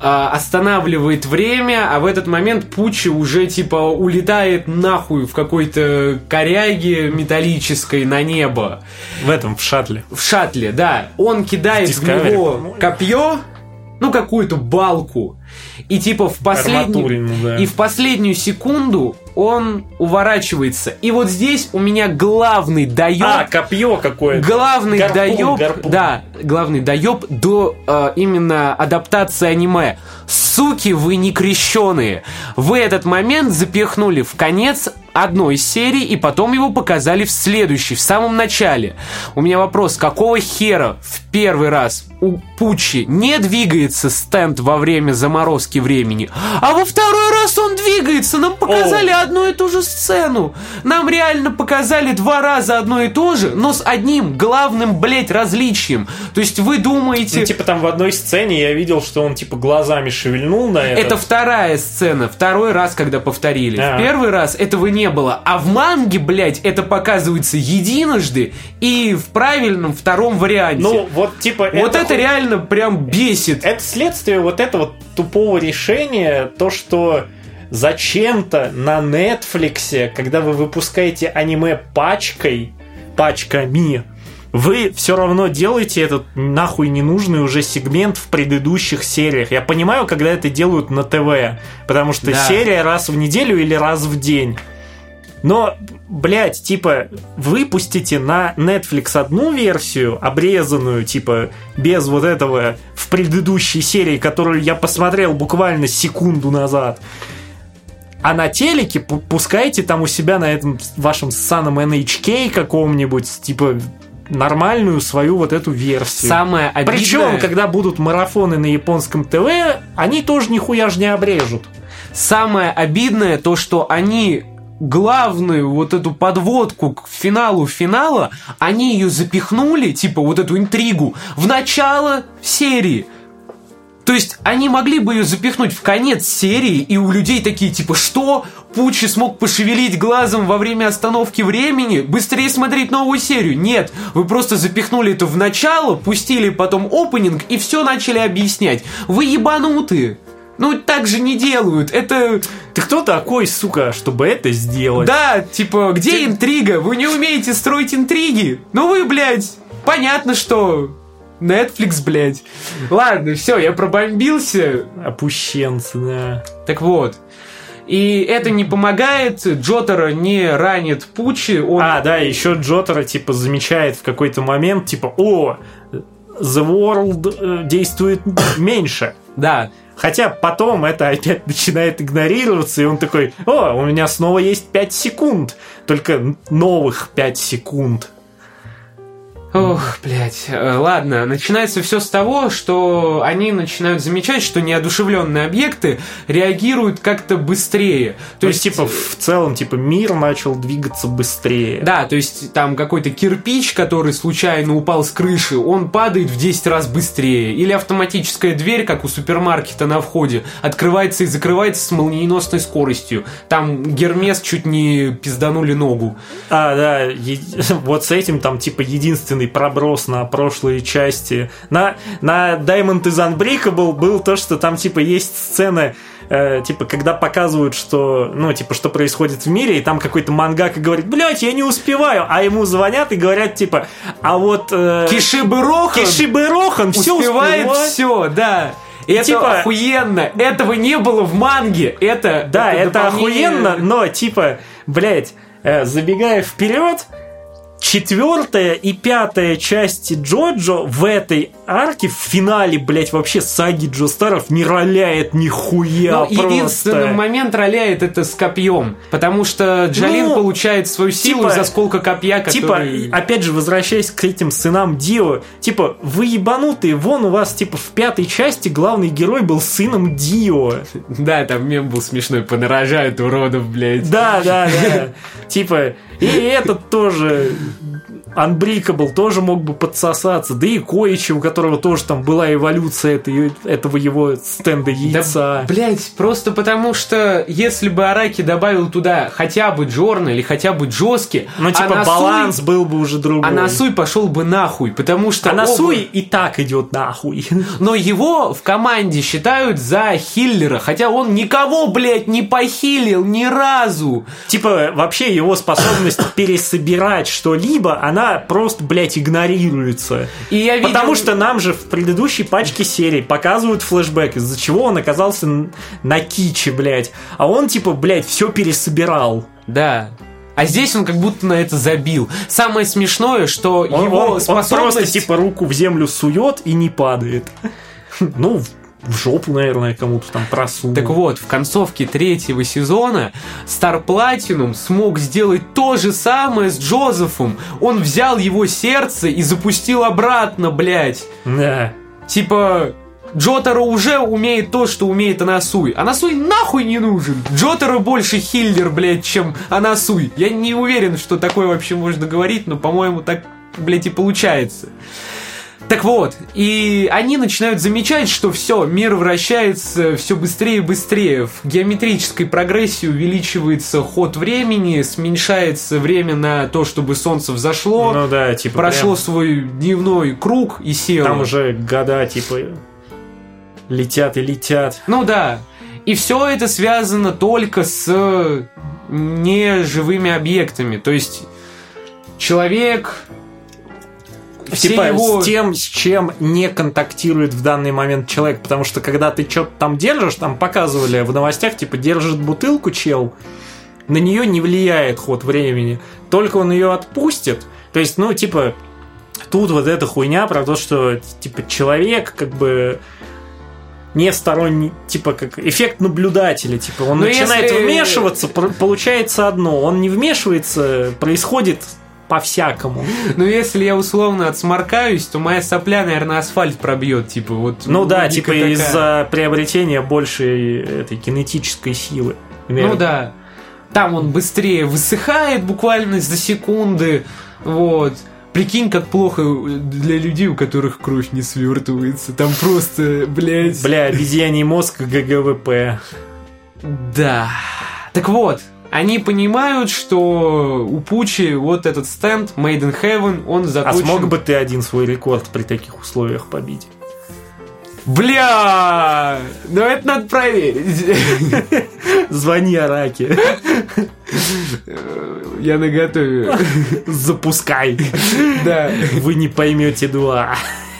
останавливает время, а в этот момент Пуччи уже типа улетает нахуй в какой-то коряге металлической на небо. В шаттле. В шаттле, да. Он кидает в него копье, какую-то балку. И типа в последнюю секунду он уворачивается. И вот здесь у меня главный доёб. Копье какое-то. Главный доёб. Да, главный доёб до именно адаптации аниме. Суки, вы не крещеные. Вы этот момент запихнули в конец одной серии, и потом его показали в следующей, в самом начале. У меня вопрос, какого хера в первый раз у Пуччи не двигается стенд во время заморозки времени, а во второй раз он двигается? Нам показали одну и ту же сцену. Нам реально показали 2 раза одно и то же, но с одним главным, различием. То есть вы думаете... там в одной сцене я видел, что он глазами шевельнул на это. Это вторая сцена, второй раз, когда повторили. В первый раз этого не было. А в манге, это показывается единожды и в правильном втором варианте. Это реально прям бесит. Это следствие этого тупого решения, то, что зачем-то на Netflix, когда вы выпускаете аниме пачками, вы все равно делаете этот нахуй ненужный уже сегмент в предыдущих сериях. Я понимаю, когда это делают на ТВ, потому что серия раз в неделю или раз в день. Но, выпустите на Netflix одну версию, обрезанную, без этого в предыдущей серии, которую я посмотрел буквально секунду назад. А на телеке пускайте там у себя на этом вашем ссаном NHK каком-нибудь, нормальную свою эту версию. Самое обидное... Причем, когда будут марафоны на японском ТВ, они тоже нихуя ж не обрежут. Самое обидное то, что они главную эту подводку к финалу финала, они ее запихнули, эту интригу, в начало серии. То есть они могли бы ее запихнуть в конец серии, и у людей такие, что? Пуччи смог пошевелить глазом во время остановки времени? Быстрее смотреть новую серию? Нет, вы просто запихнули это в начало, пустили потом опенинг и все начали объяснять. Вы ебанутые. Так же не делают. Это... Ты кто такой, сука, чтобы это сделать? Да, где интрига? Вы не умеете строить интриги? Вы, понятно, что... Netflix, Ладно, все, я пробомбился. Опущенцы, да. Так вот. И это не помогает, Джотаро не ранит Пуччи. Еще Джотаро, замечает в какой-то момент, The World действует меньше. Да. Хотя потом это опять начинает игнорироваться, и он такой: у меня снова есть 5 секунд. Только новых 5 секунд. Ох, ладно, начинается все с того, что они начинают замечать, что неодушевленные объекты реагируют как-то быстрее. То есть, в целом, мир начал двигаться быстрее. Да, то есть, там какой-то кирпич, который случайно упал с крыши, он падает в 10 раз быстрее. Или автоматическая дверь, как у супермаркета на входе, открывается и закрывается с молниеносной скоростью. Там Гермес чуть не пизданули ногу. Да, вот с этим там, единственный проброс на прошлые части. На Diamond is Unbreakable был то, что там есть сцена, когда показывают, что что происходит в мире, и там какой-то мангака говорит: я не успеваю, а ему звонят и говорят Кишибе Рохан все успевает, все, да. Это охуенно. Этого не было в манге. Это охуенно, но забегая вперед, 4 и 5 части Джоджо в этой арке, в финале, вообще саги Джостаров не роляет нихуя. Единственный момент роляет это с копьем, потому что Джалин получает свою силу из осколка копья, который... опять же, возвращаясь к этим сынам Дио, вы ебанутые, вон у вас, в 5 части главный герой был сыном Дио. Да, там мем был смешной, понарожают уродов, Да. И этот тоже... Unbreakable тоже мог бы подсосаться, да и Коичи, у которого тоже там была эволюция этого его стенда яйца. Да, блять, просто потому что если бы Араки добавил туда хотя бы Джорна или хотя бы Джоски, ну, типа, баланс был бы уже другой. А Насуй пошел бы нахуй, потому что... А Насуй и так идет нахуй. Но его в команде считают за хиллера, хотя он никого, блять, не похилил ни разу. Типа, вообще его способность пересобирать что-либо, она просто, блядь, игнорируется. И я видел... Потому что нам же в предыдущей пачке серий показывают флешбэк, из-за чего он оказался на киче, блядь. А он, типа, блядь, все пересобирал. Да. А здесь он как будто на это забил. Самое смешное, что его способность... Он просто, типа, руку в землю сует и не падает. Ну, в жопу, наверное, кому-то там просунул. Так вот, в концовке 3-го сезона Star Platinum смог сделать то же самое с Джозефом. Он взял его сердце и запустил обратно, блядь. Да. Типа, Джотаро уже умеет то, что умеет Анасуй. Анасуй нахуй не нужен. Джотаро больше хиллер, блядь, чем Анасуй. Я не уверен, что такое вообще можно говорить, но, по-моему, так, блядь, и получается. Так вот, и они начинают замечать, что все, мир вращается все быстрее и быстрее. В геометрической прогрессии увеличивается ход времени, уменьшается время на то, чтобы солнце взошло. Ну да, типа прошло прям... свой дневной круг и село. Там уже года, типа, летят и летят. Ну да. И все это связано только с неживыми объектами. То есть человек... Типа его... с тем, с чем не контактирует в данный момент человек. Потому что когда ты что-то там держишь, там показывали в новостях, типа, держит бутылку чел, на нее не влияет ход времени. Только он ее отпустит. То есть, ну, типа, тут вот эта хуйня про то, что, типа, человек, как бы... не сторонний, типа, как эффект наблюдателя, типа, он начинает вмешиваться, получается одно, он не вмешивается, происходит по-всякому. Ну, если я условно отсморкаюсь, то моя сопля, наверное, асфальт пробьет, типа, вот. Ну да, типа, такая. Из-за приобретения большей этой кинетической силы. Ну да. Там он быстрее высыхает буквально за секунды, вот. Прикинь, как плохо для людей, у которых кровь не свертывается. Там просто, блядь... Бля, обезьяний мозг ГГВП. Да. Так вот, они понимают, что у Пучи вот этот стенд Made in Heaven, он заточен... А смог бы ты один свой рекорд при таких условиях побить? Бля! Ну это надо проверить. Звони Араки. Я наготове. Запускай. Да. Вы не поймете два.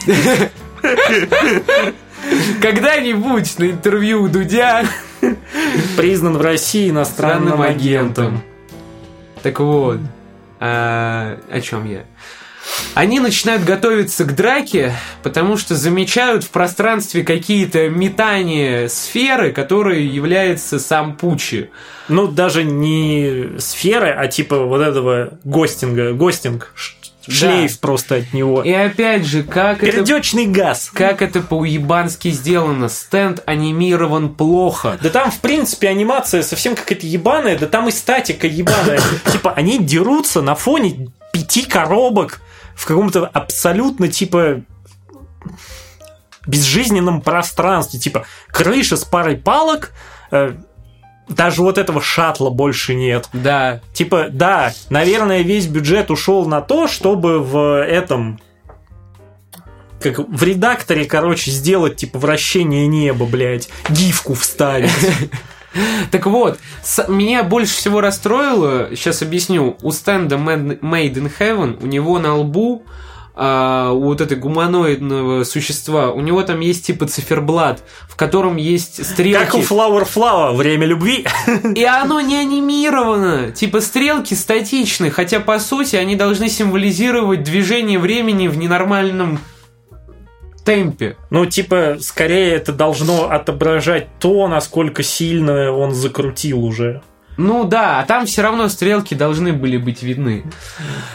Когда-нибудь на интервью у Дудя признан в России иностранным агентом. Так вот, о чем я? Они начинают готовиться к драке, потому что замечают в пространстве какие-то метания сферы, которые являются сам Пучи. Ну, даже не сферы, а типа вот этого гостинга. Гостинг. Шлейф да. Просто от него. И опять же, пердёчный газ. Как это по-уебански сделано. Стенд анимирован плохо. Да там, в принципе, анимация совсем какая-то ебаная. Да там и статика ебаная. Типа, они дерутся на фоне 5 коробок в каком-то абсолютно, типа, безжизненном пространстве. Типа, крыша с парой палок... Даже вот этого шаттла больше нет. Да. Типа, да, наверное, весь бюджет ушел на то, чтобы в этом... Как в редакторе, короче, сделать, типа, вращение неба, блядь. Гифку вставить. Так вот, меня больше всего расстроило, сейчас объясню, у стенда Made in Heaven, у него на лбу, у вот этой гуманоидного существа, у него там есть типа циферблат, в котором есть стрелки. Как у Flower время любви. И оно не анимировано. Типа стрелки статичны, хотя по сути они должны символизировать движение времени в ненормальном темпе. Ну, типа, скорее это должно отображать то, насколько сильно он закрутил уже. Ну да, а там все равно стрелки должны были быть видны.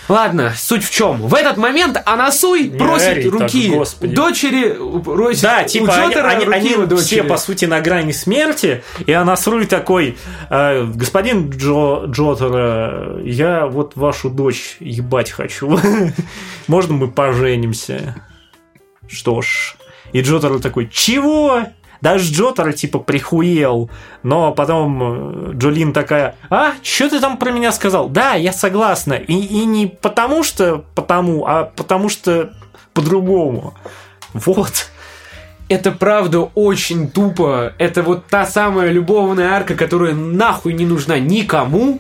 Ладно, суть в чем? В этот момент Анасуй просит руки дочери, просит да, типа у Джотара они дочери. Все, по сути, на грани смерти, и Анасуй такой: господин Джотара, я вот вашу дочь ебать хочу. Можно мы поженимся? Что ж. И Джотара такой: чего? Даже Джотара типа прихуел. Но потом Джолин такая: что ты там про меня сказал? Да, я согласна. И не потому что а потому что по-другому. Вот. Это правда очень тупо. Это вот та самая любовная арка, которая нахуй не нужна никому.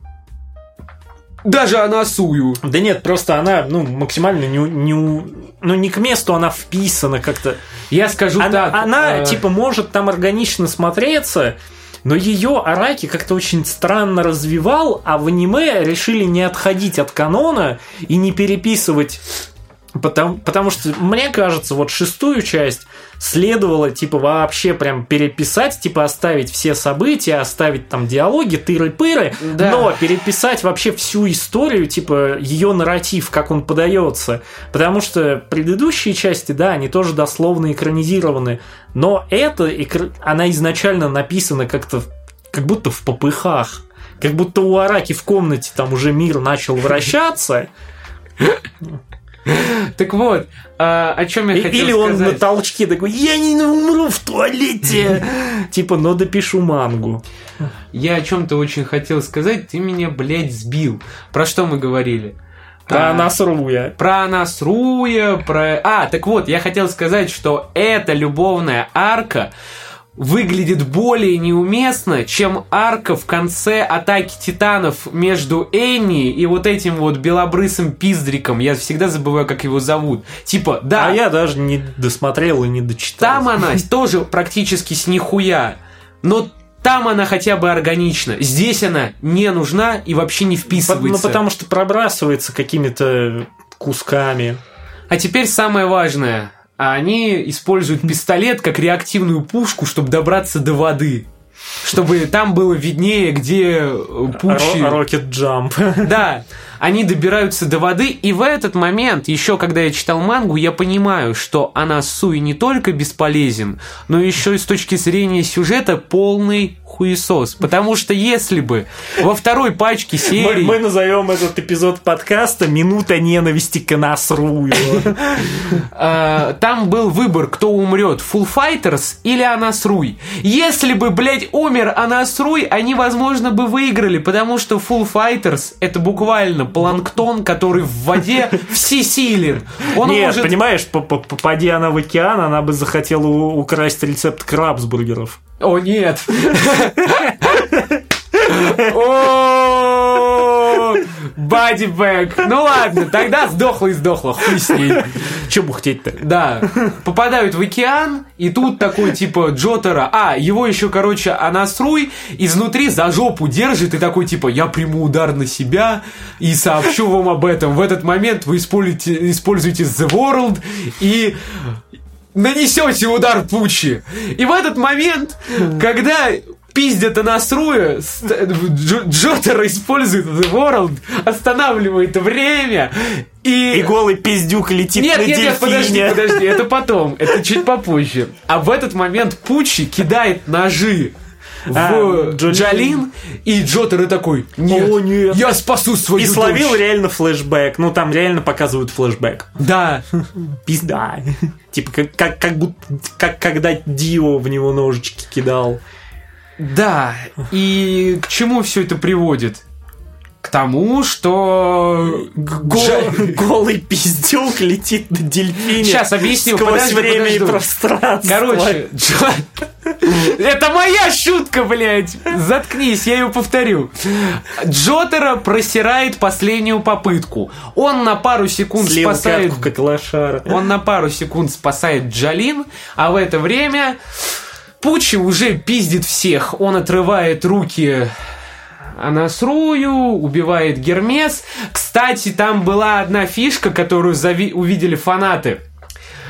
Даже Анасую. Да нет, просто она, максимально не к месту она вписана как-то. Я скажу так. Она, типа, может там органично смотреться, но ее Араки как-то очень странно развивал, а в аниме решили не отходить от канона и не переписывать. Потому что, мне кажется, вот 6-ю часть следовало, типа, вообще прям переписать, типа, оставить все события, оставить там диалоги, тыры-пыры, да. Но переписать вообще всю историю, типа, ее нарратив, как он подается. Потому что предыдущие части, да, они тоже дословно экранизированы, но она изначально написана как-то, как будто в попыхах. Как будто у Араки в комнате там уже мир начал вращаться. Так вот, о чем я хотел сказать. Или он на толчке такой: я не умру в туалете. Типа, но допишу мангу. Я о чем-то очень хотел сказать, ты меня, блядь, сбил. Про что мы говорили? Про Анасруя. Так вот, я хотел сказать, что эта любовная арка выглядит более неуместно, чем арка в конце Атаки Титанов между Энни и вот этим вот белобрысым пиздриком. Я всегда забываю, как его зовут. Типа, да. А я даже не досмотрел и не дочитал. Там она тоже практически с нихуя. Но там она хотя бы органична. Здесь она не нужна и вообще не вписывается. Потому что пробрасывается какими-то кусками. А теперь самое важное. Они используют пистолет как реактивную пушку, чтобы добраться до воды. Чтобы там было виднее, где Пучи... Rocket Jump. Да, они добираются до воды, и в этот момент, еще когда я читал мангу, я понимаю, что Анасуй не только бесполезен, но еще и с точки зрения сюжета полный хуесос. Потому что если бы во второй пачке серии... Мы назовем этот эпизод подкаста «Минута ненависти к Анасрую». Там был выбор, кто умрет, Full Fighters или Анасруй. Если бы, блядь, умер Анасруй, они, возможно, бы выиграли, потому что Full Fighters — это буквально планктон, который в воде всесилен. Нет, понимаешь, попади она в океан, она бы захотела украсть рецепт крабсбургеров. О, нет. Бодибэк. Ну ладно, тогда сдохла и сдохла. Хуй с ней. Че бухтеть-то? Да. Попадают в океан, и тут такой типа Джотара. Его еще, короче, Анасруй изнутри за жопу держит и такой типа: я приму удар на себя и сообщу вам об этом. В этот момент вы используете The World и нанесете удар Пучи. И в этот момент, когда пиздят Анасруя, Джотара использует The World, останавливает время и голый пиздюк летит на дельфине. Нет, подожди, это потом, это чуть попозже. А в этот момент Пучи кидает ножи в Джолин, и Джотара такой: нет, я спасу свою дочь. И словил реально флешбэк. Ну, там реально показывают флешбэк. Да. Пизда. Типа, как будто, как когда Дио в него ножички кидал. Да. И к чему все это приводит? К тому, что голый пиздюк летит на дельфине. Сейчас объясню. Сквозь время и пространство. Короче, это моя шутка, блядь. Заткнись, я ее повторю. Джотара просирает последнюю попытку. Он на пару секунд спасает... как лошара. Он на пару секунд спасает Джолин, а в это время Пучи уже пиздит всех. Он отрывает руки Анасрую, убивает Гермес. Кстати, там была одна фишка, которую увидели фанаты.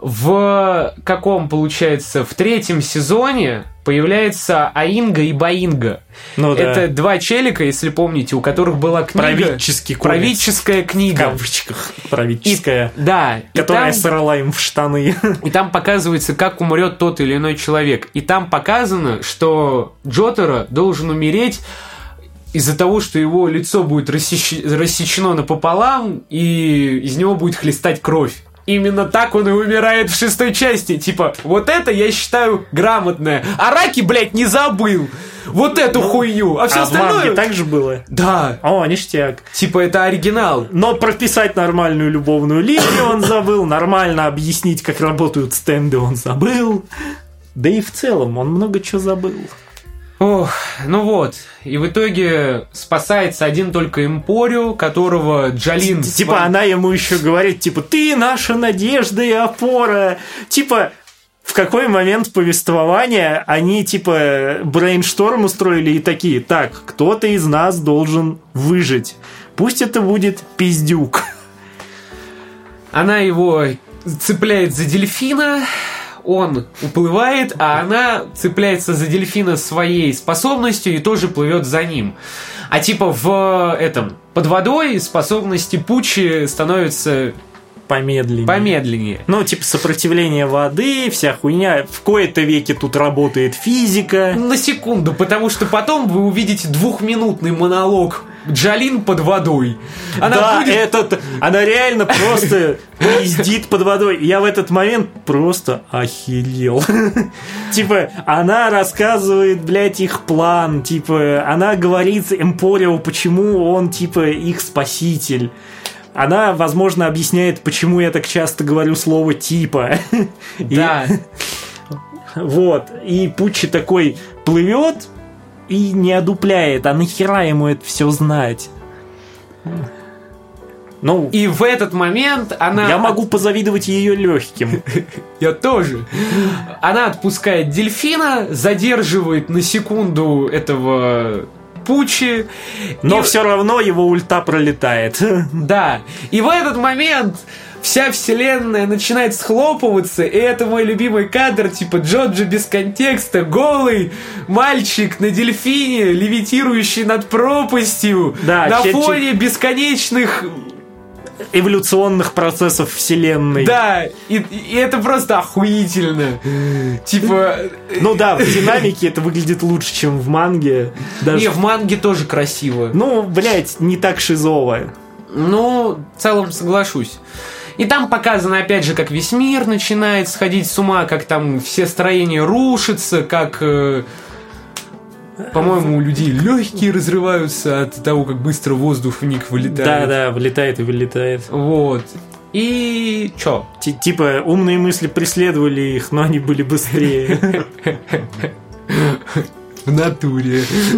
в каком, получается, в 3-м сезоне появляется Аинга и Баинга. Ну, да. Это 2 челика, если помните, у которых была книга. Правительская книга. В кавычках. Правительская. Да. Которая срала им в штаны. И там показывается, как умрет тот или иной человек. И там показано, что Джотаро должен умереть из-за того, что его лицо будет рассечено напополам, и из него будет хлестать кровь. Именно так он и умирает в 6-й части. Типа, вот это я считаю грамотное. Араки, блядь, не забыл. Вот эту хуйню. А все остальное... в манге так же было? Да. О, ништяк. Типа, это оригинал. Но прописать нормальную любовную линию он забыл. Нормально объяснить, как работают стенды, он забыл. Да и в целом он много чего забыл. Ох, ну вот. И в итоге спасается один только Эмпорио, которого Джолин... Типа, она ему еще говорит, типа, ты наша надежда и опора. Типа, в какой момент повествования они, типа, брейншторм устроили и такие, так, кто-то из нас должен выжить. Пусть это будет пиздюк. Она его цепляет за дельфина... Он уплывает, а она цепляется за дельфина своей способностью и тоже плывет за ним. А типа под водой способности Пуччи становятся помедленнее. Ну, типа сопротивление воды, вся хуйня. В кои-то веке тут работает физика. На секунду, потому что потом вы увидите 2-минутный монолог Джолин под водой. Она реально просто пиздит под водой. Я в этот момент просто охерел. Типа, она рассказывает, блядь, их план. Типа, она говорит Эмпорио, почему он, типа, их спаситель. Она, возможно, объясняет, почему я так часто говорю слово «типа». Да. Вот. И Пуччи такой плывет и не одупляет. А нахера ему это все знать? Ну, и в этот момент она... Я могу позавидовать ее легким. Я тоже. Она отпускает дельфина, задерживает на секунду этого... Пуччи. Но все равно его ульта пролетает. Да. И в этот момент вся вселенная начинает схлопываться, и это мой любимый кадр, типа Джоджо без контекста, голый мальчик на дельфине, левитирующий над пропастью, да, на фоне бесконечных... эволюционных процессов вселенной. Да, и это просто охуительно. Типа... Ну да, в динамике это выглядит лучше, чем в манге. Даже... Не, в манге тоже красиво. Ну, блядь, не так шизово. Ну, в целом соглашусь. И там показано, опять же, как весь мир начинает сходить с ума, как там все строения рушатся, как... По-моему, у людей легкие разрываются от того, как быстро воздух в них вылетает. Да, вылетает и вылетает. Вот. И чё? Типа, умные мысли преследовали их, но они были быстрее. В натуре.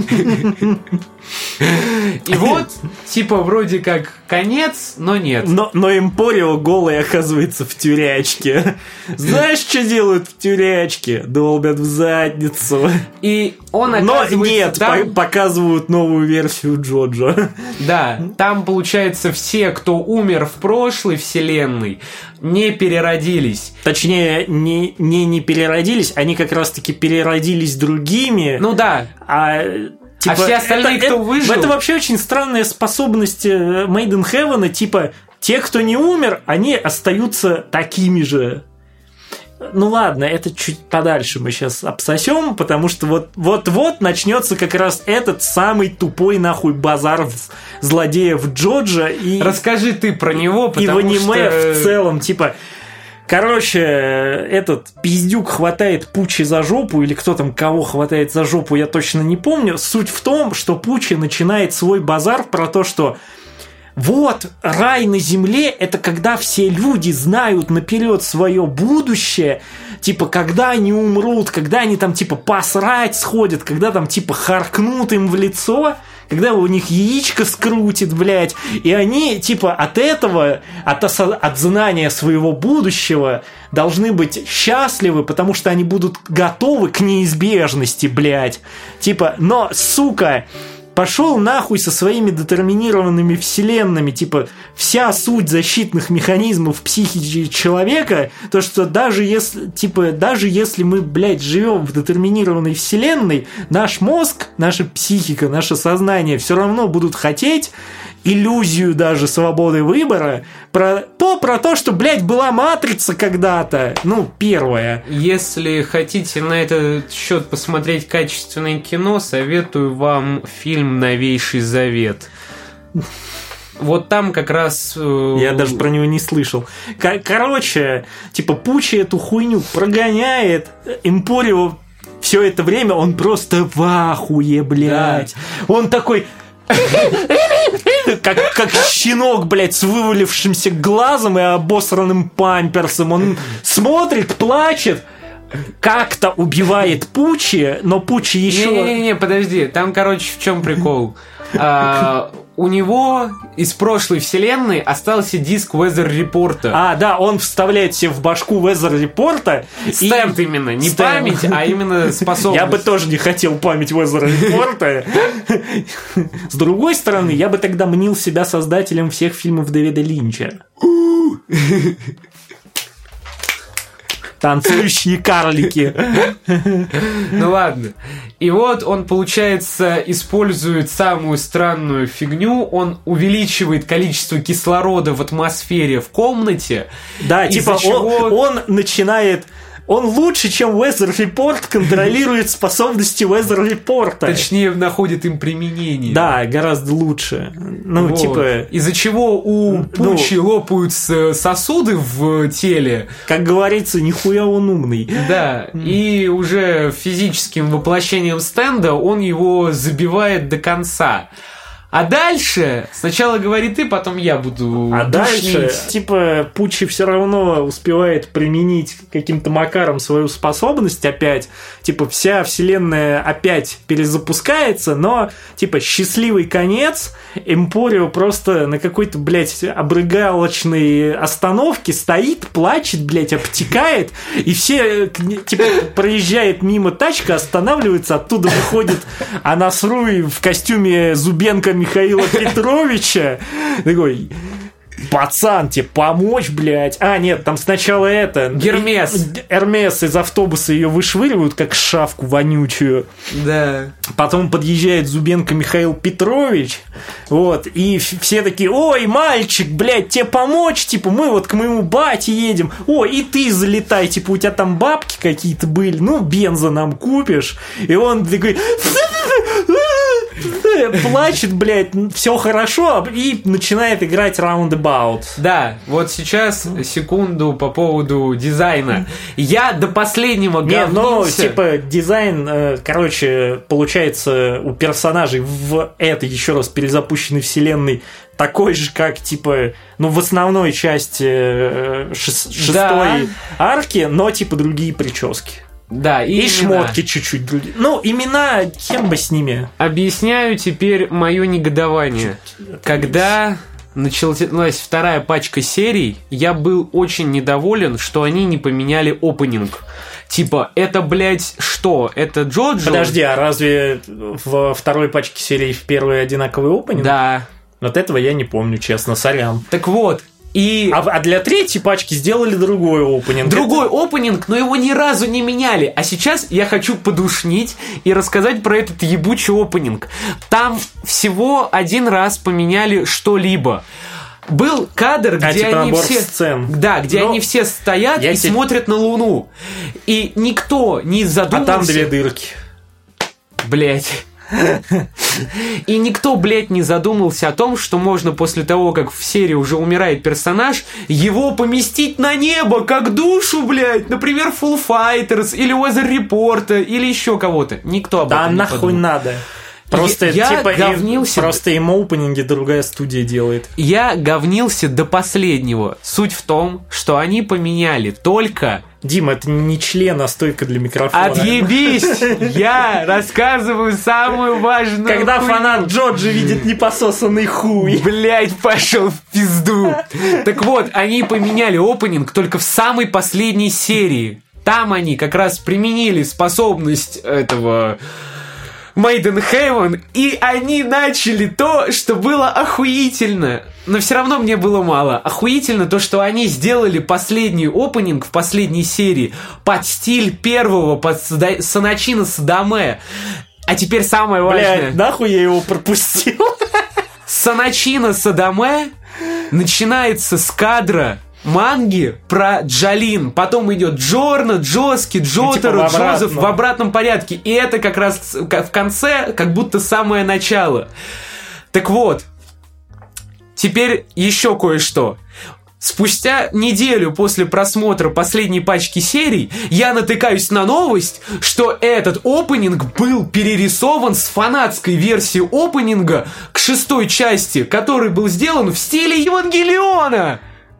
И вот, типа, вроде как конец, но нет. Но Эмпорио голый оказывается в тюрячке. Знаешь, что делают в тюрячке? Долбят в задницу. И он оказывается... Но нет, там... показывают новую версию Джоджо. Да, там, получается, все, кто умер в прошлой вселенной, не переродились. Точнее, не переродились, они как раз-таки переродились другими. Ну да. Типа, а все остальные, кто выжил... Это вообще очень странная способность Made in Heaven. Типа, те, кто не умер, они остаются такими же. Ну ладно, это чуть подальше мы сейчас обсосем, потому что вот начнется как раз этот самый тупой нахуй базар злодеев Джоджо. Расскажи ты про него, потому что... И в аниме что... в целом, типа... Короче, этот пиздюк хватает Пуччи за жопу, или кто там кого хватает за жопу, я точно не помню. Суть в том, что Пуччи начинает свой базар про то, что вот, рай на земле – это когда все люди знают наперед свое будущее, типа, когда они умрут, когда они там, типа, посрать сходят, когда там, типа, харкнут им в лицо, когда у них яичко скрутит, блядь, и они, типа, от этого, от знания своего будущего должны быть счастливы, потому что они будут готовы к неизбежности, блядь. Типа, но, сука, пошел нахуй со своими детерминированными вселенными. Типа, вся суть защитных механизмов психики человека, то, что даже если мы, блядь, живем в детерминированной вселенной, наш мозг, наша психика, наше сознание все равно будут хотеть иллюзию даже свободы выбора про то, что, блядь, была матрица когда-то. Ну, первая. Если хотите на этот счет посмотреть качественное кино, советую вам фильм «Новейший Завет». Вот там как раз... Я даже про него не слышал. Короче, типа, Пучи эту хуйню прогоняет, Эмпорио все это время, он просто в ахуе, блядь. Да. Он такой... Как щенок, блядь, с вывалившимся глазом и обосранным памперсом. Он смотрит, плачет, как-то убивает Пучи, но Пучи еще... Не-не-не, подожди, там, короче, в чем прикол? У него из прошлой вселенной остался диск Weather Report. Да, он вставляет себе в башку Weather Report. Стенд именно, не память, а именно способность. Я бы тоже не хотел память Weather Report. С другой стороны, я бы тогда мнил себя создателем всех фильмов Дэвида Линча. Танцующие карлики. Ну ладно. И вот он, получается, использует самую странную фигню. Он увеличивает количество кислорода в атмосфере в комнате. Да, типа он начинает... Он лучше, чем Weather Report, контролирует способности Weather Report. Точнее, находит им применение. Да, гораздо лучше. Ну, вот. Типа... Из-за чего у Пучи лопаются сосуды в теле. Как говорится, нихуя он умный. Да, и уже физическим воплощением стенда он его забивает до конца. А дальше сначала говори ты, потом я буду дальше, типа, Пучи все равно успевает применить каким-то макаром свою способность опять. Типа, вся вселенная опять перезапускается, но, типа, счастливый конец. Эмпорио просто на какой-то, блядь, обрыгалочной остановке стоит, плачет, блядь, обтекает, и все, типа, проезжает мимо тачка, останавливается, оттуда выходит Анасруй в костюме Зубенко Михаила Петровича. Такой: пацан, тебе помочь, блядь. Нет, там сначала Эрмес из автобуса ее вышвыривают, как шавку вонючую. Да. Потом подъезжает Зубенко Михаил Петрович. Вот. И все такие: ой, мальчик, блядь, тебе помочь? Типа, мы вот к моему бате едем. И ты залетай. Типа, у тебя там бабки какие-то были. Ну, бенза нам купишь. И он такой... плачет, блядь, все хорошо, и начинает играть Roundabout. Да, вот сейчас секунду по поводу дизайна. Я до последнего говнился. Типа, дизайн, короче, получается у персонажей в этой, еще раз, перезапущенной вселенной такой же, как, типа, в основной части шестой арки, но, типа, другие прически. Да, и шмотки чуть-чуть другие. Имена, хер бы с ними. Объясняю теперь мое негодование. Когда началась вторая пачка серий, я был очень недоволен, что они не поменяли опенинг. Типа, это, блядь, что? Это Джоджо? Подожди, а разве во второй пачке серий в первой одинаковый опенинг? Да. Вот этого я не помню, честно, сорян. Так вот. А для третьей пачки сделали другой опенинг. Другой опенинг, но его ни разу не меняли. А сейчас я хочу подушнить и рассказать про этот ебучий опенинг. Там всего один раз поменяли что-либо. Был кадр, где они все... сцен. Да, где они все стоят и смотрят на Луну. И никто не задумался... А там две дырки. Блять. И никто, блядь, не задумался о том, что можно после того, как в серии уже умирает персонаж, его поместить на небо, как душу, блядь. Например, Full Fighters, или Weather Report, или еще кого-то. Никто об этом не подумал. Да нахуй надо. Просто, просто им опенинги другая студия делает. Я говнился до последнего. Суть в том, что они поменяли только... Дима, это не член, а стойка для микрофона. Отъебись! Я рассказываю самую важную Когда фанат Джоджи видит непососанный хуй. Блять, пошел в пизду. Так вот, они поменяли опенинг только в самой последней серии. Там они как раз применили способность этого... Made in Heaven, и они начали то, что было охуительно. Но все равно мне было мало. Охуительно то, что они сделали последний опенинг в последней серии под стиль первого, под Саначина Садаме. А теперь самое важное. Блядь, нахуй я его пропустил. Саначина Садаме начинается с кадра манги про Джолин. Потом идет Джорно, Джоски, Джотаро, типа Джозеф в обратном порядке. И это как раз в конце, как будто самое начало. Так вот, теперь еще кое-что. Спустя неделю после просмотра последней пачки серий я натыкаюсь на новость, что этот опенинг был перерисован с фанатской версии опенинга к 6-й части, который был сделан в стиле Евангелиона.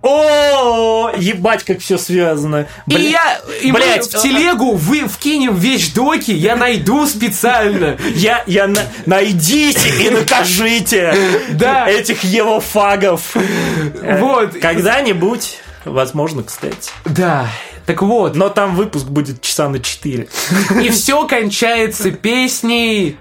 О, ебать, как все связано. И мы в телегу вкинем вещдоки, я найду специально. Найдите и накажите этих евофагов. Вот. Когда-нибудь, возможно, кстати. Да. Так вот. Но там выпуск будет часа на 4. И все кончается песней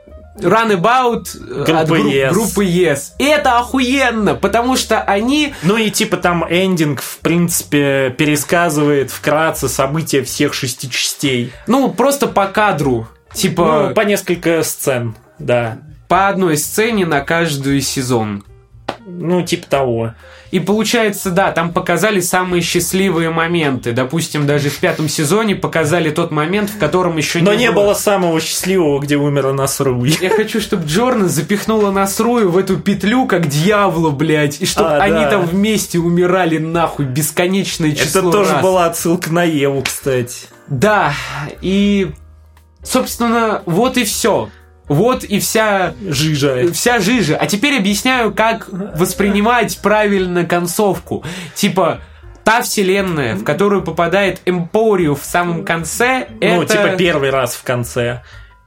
Runabout от группы Yes. И это охуенно, потому что они... Ну и типа там эндинг, в принципе, пересказывает вкратце события всех 6 частей. Ну, просто по кадру. Типа... Ну, по несколько сцен, да. По одной сцене на каждый сезон. Ну, типа того. И получается, да, там показали самые счастливые моменты. Допустим, даже в 5-м сезоне показали тот момент, в котором еще Но не было самого счастливого, где умер Насруй. Я хочу, чтобы Джорна запихнула Насрую в эту петлю, как дьявола, блядь. И чтобы они там вместе умирали нахуй бесконечное число раз. Это тоже была отсылка на Еву, кстати. Да, и... Собственно, вот и все. Вот и вся жижа. Вся жижа. А теперь объясняю, как воспринимать правильно концовку. Типа, та вселенная, в которую попадает Эмпорио в самом конце, ну, это... типа, первый раз в конце.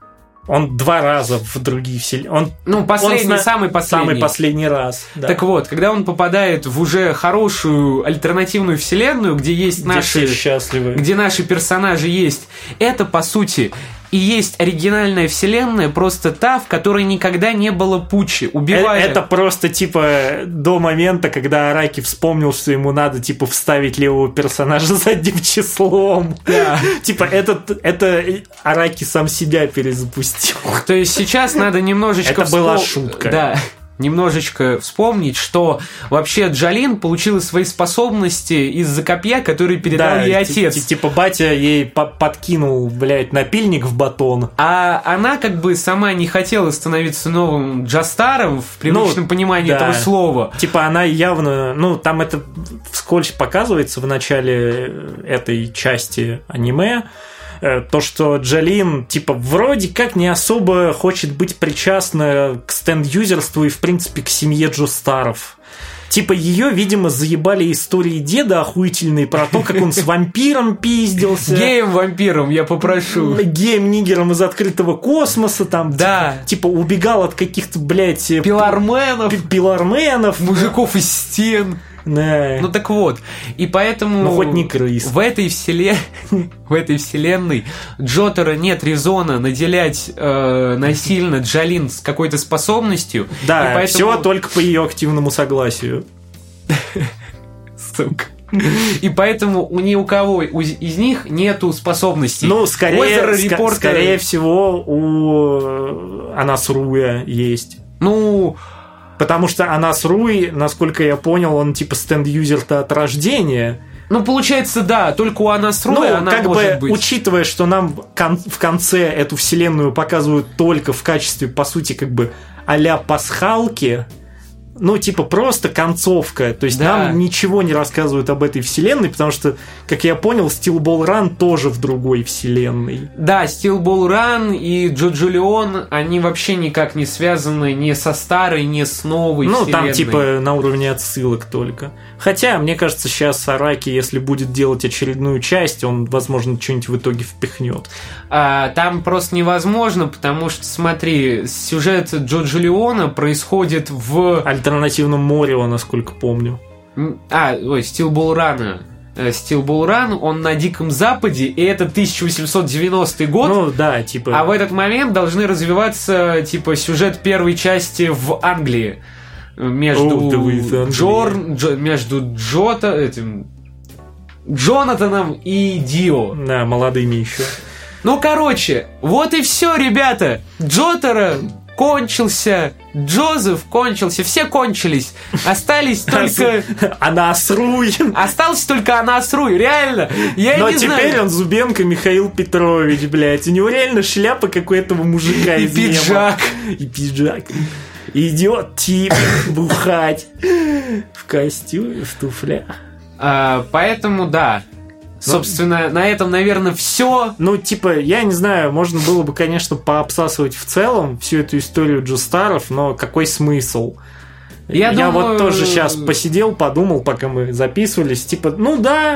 Он 2 раза в другие вселенные. Самый последний раз. Да. Так вот, когда он попадает в уже хорошую альтернативную вселенную, где есть наши... счастливы. Где наши персонажи есть, это, по сути... И есть оригинальная вселенная, просто та, в которой никогда не было Пуччи. Это просто, типа, до момента, когда Араки вспомнил, что ему надо, типа, вставить левого персонажа задним числом. Да. Типа, это Араки сам себя перезапустил. То есть сейчас надо немножечко... Это была шутка. Да. Немножечко вспомнить, что вообще Джолин получила свои способности из-за копья, который передал ей отец. Типа батя ей подкинул, блядь, напильник в батон. А она как бы сама не хотела становиться новым Джастаром в привычном понимании этого слова. Типа она явно... Ну, там это вскользь показывается в начале этой части аниме. То, что Джолин, типа, вроде как не особо хочет быть причастна к стенд-юзерству и, в принципе, к семье Джостаров. Типа, ее, видимо, заебали истории деда охуительные про то, как он с вампиром пиздился. Геем-вампиром, я попрошу. Геем-нигером из открытого космоса, там, да. Типа, убегал от каких-то, блядь... Пиларменов. Мужиков из стен. Да. Ну так вот, и поэтому хоть не крыс. в этой вселенной Джотаро нет резона наделять насильно Джолин с какой-то способностью. Да, и поэтому... все только по ее активному согласию. Сука. И поэтому ни у кого из них нету способностей. Ну, скорее всего, у Анасруя есть. Ну... Потому что Анасруй, насколько я понял, он типа стенд-юзер-то от рождения. Ну, получается, да, только у Анасруя она как может бы, быть. Учитывая, что нам в конце эту вселенную показывают только в качестве, по сути, как бы а-ля пасхалки, ну, типа, просто концовка. То есть нам ничего не рассказывают об этой вселенной, потому что, как я понял, Steel Ball Run тоже в другой вселенной. Да, Steel Ball Run и Джоджо Леон, они вообще никак не связаны ни со старой, ни с новой вселенной. Ну, там, типа, на уровне отсылок только. Хотя, мне кажется, сейчас Араки, если будет делать очередную часть, он, возможно, что-нибудь в итоге впихнет. Там просто невозможно, потому что, смотри, сюжет Джоджо Леона происходит в... альтернативном Морио, насколько помню. Steel Ball Run. Steel Ball Run, он на Диком Западе, и это 1890 год. Ну, да, типа... А в этот момент должны развиваться, типа, сюжет первой части в Англии. Между Джонатаном и Дио. Да, молодыми еще. Ну, короче, вот и все, ребята. Джотаро кончился, Джозеф кончился, все кончились. Остались только... Анасруй. Остался только Анасруй, реально. Я Но не теперь знаю. он Зубенко Михаил Петрович, блядь. У него реально шляпа, как у этого мужика И из мема. пиджак. И пиджак. Идет тип бухать в костюме, в туфлях. Поэтому, да. Собственно, на этом, наверное, все. Ну, типа, я не знаю, можно было бы, конечно, пообсасывать в целом всю эту историю Джостаров, но какой смысл? Я думаю... вот тоже сейчас посидел, подумал, пока мы записывались. Типа, ну да,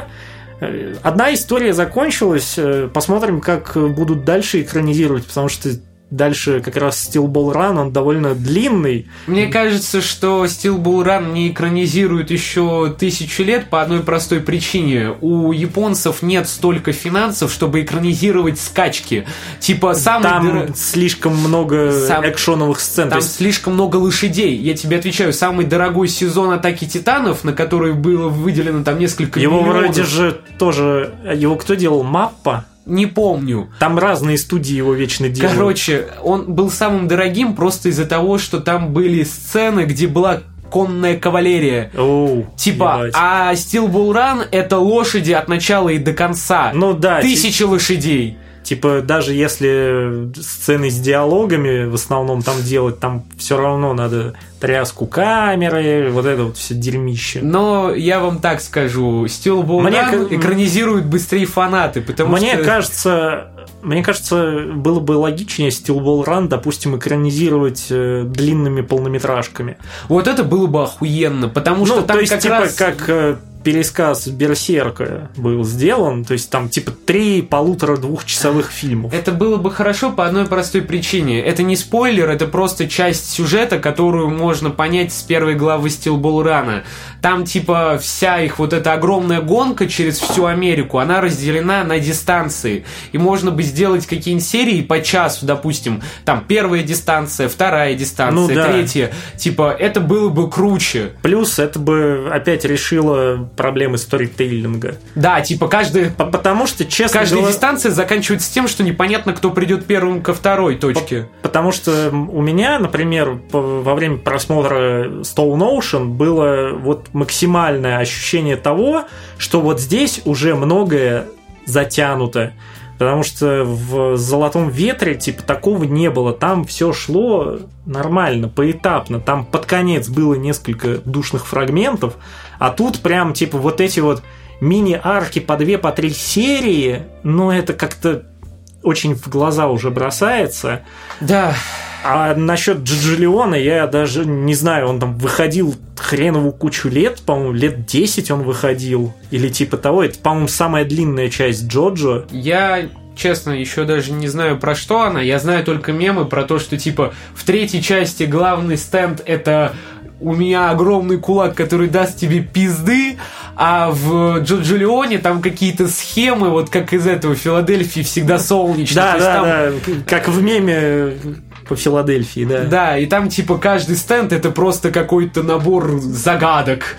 одна история закончилась, посмотрим, как будут дальше экранизировать, потому что дальше как раз Steel Ball Run, он довольно длинный. Мне кажется, что Steel Ball Run не экранизируют еще 1000 лет по одной простой причине. У японцев нет столько финансов, чтобы экранизировать скачки. Типа, там слишком много экшоновых сцен. Там слишком много лошадей. Я тебе отвечаю, самый дорогой сезон Атаки Титанов, на который было выделено там несколько миллионов. Его вроде же тоже... Его кто делал? Маппа? Не помню. Там разные студии его вечно делают. Короче, он был самым дорогим просто из-за того, что там были сцены, где была конная кавалерия. Типа, ебать. а Steel Ball Run это лошади от начала и до конца. Ну да. 1000 лошадей. Типа, даже если сцены с диалогами в основном там делать, там все равно надо тряску камеры, вот это вот все дерьмище. Но я вам так скажу, Steel Ball Run экранизируют быстрее фанаты, потому что... Мне кажется, было бы логичнее Steel Ball Run, допустим, экранизировать длинными полнометражками. Вот это было бы охуенно, потому что там то есть, как типа, раз... как пересказ Берсерка был сделан, то есть там типа 3 1,5-2-часовых фильмов. Это было бы хорошо по одной простой причине. Это не спойлер, это просто часть сюжета, которую можно понять с первой главы Steel Ball Run. Там типа вся их вот эта огромная гонка через всю Америку, она разделена на дистанции. И можно бы сделать какие-нибудь серии по часу, допустим, там первая дистанция, вторая дистанция, третья. Типа это было бы круче. Плюс это бы опять решило проблемы сторителлинга. Да, типа потому что, честно каждая дистанция заканчивается тем, что непонятно, кто придет первым ко второй точке. Потому что у меня, например, во время просмотра Stone Ocean было вот максимальное ощущение того, что вот здесь уже многое затянуто. Потому что в «Золотом ветре» типа такого не было. Там все шло нормально, поэтапно. Там под конец было несколько душных фрагментов, а тут прям типа вот эти вот мини-арки по 2-3 серии, но это как-то очень в глаза уже бросается. Да. А насчет Джоджо я даже не знаю, он там выходил хреновую кучу лет, по-моему, лет 10 он выходил, или типа того. Это, по-моему, самая длинная часть Джоджо. Я, честно, еще даже не знаю, про что она. Я знаю только мемы про то, что типа в третьей части главный стенд это у меня огромный кулак, который даст тебе пизды, а в Джоджо там какие-то схемы, вот как из этого Филадельфии всегда солнечно. Да, как в меме по Филадельфии, да. Да, и там типа каждый стенд это просто какой-то набор загадок.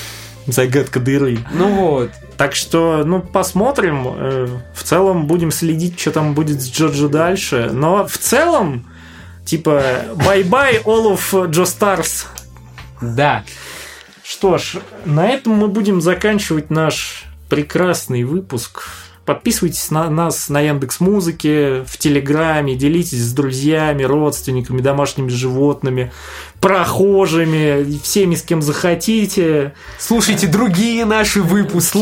Загадка дыры. Ну вот. Так что, посмотрим. В целом будем следить, что там будет с Джоджо дальше. Но в целом, типа, bye-bye all of Joestars. Да. Что ж, на этом мы будем заканчивать наш прекрасный выпуск. Подписывайтесь на нас на Яндекс.Музыке, в Телеграме, делитесь с друзьями, родственниками, домашними животными, прохожими, всеми, с кем захотите. Слушайте другие наши выпуски.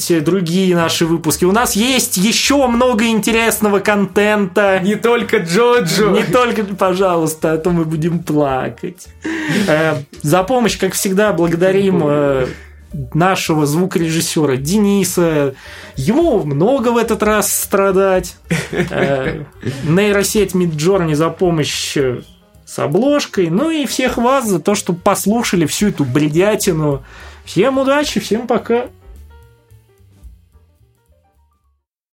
У нас есть еще много интересного контента. Не только Джоджо. Не только, пожалуйста, а то мы будем плакать. За помощь, как всегда, благодарим нашего звукорежиссера Дениса. Ему много в этот раз страдать. Нейросеть Midjourney за помощь с обложкой. Ну и всех вас за то, что послушали всю эту бредятину. Всем удачи, всем пока.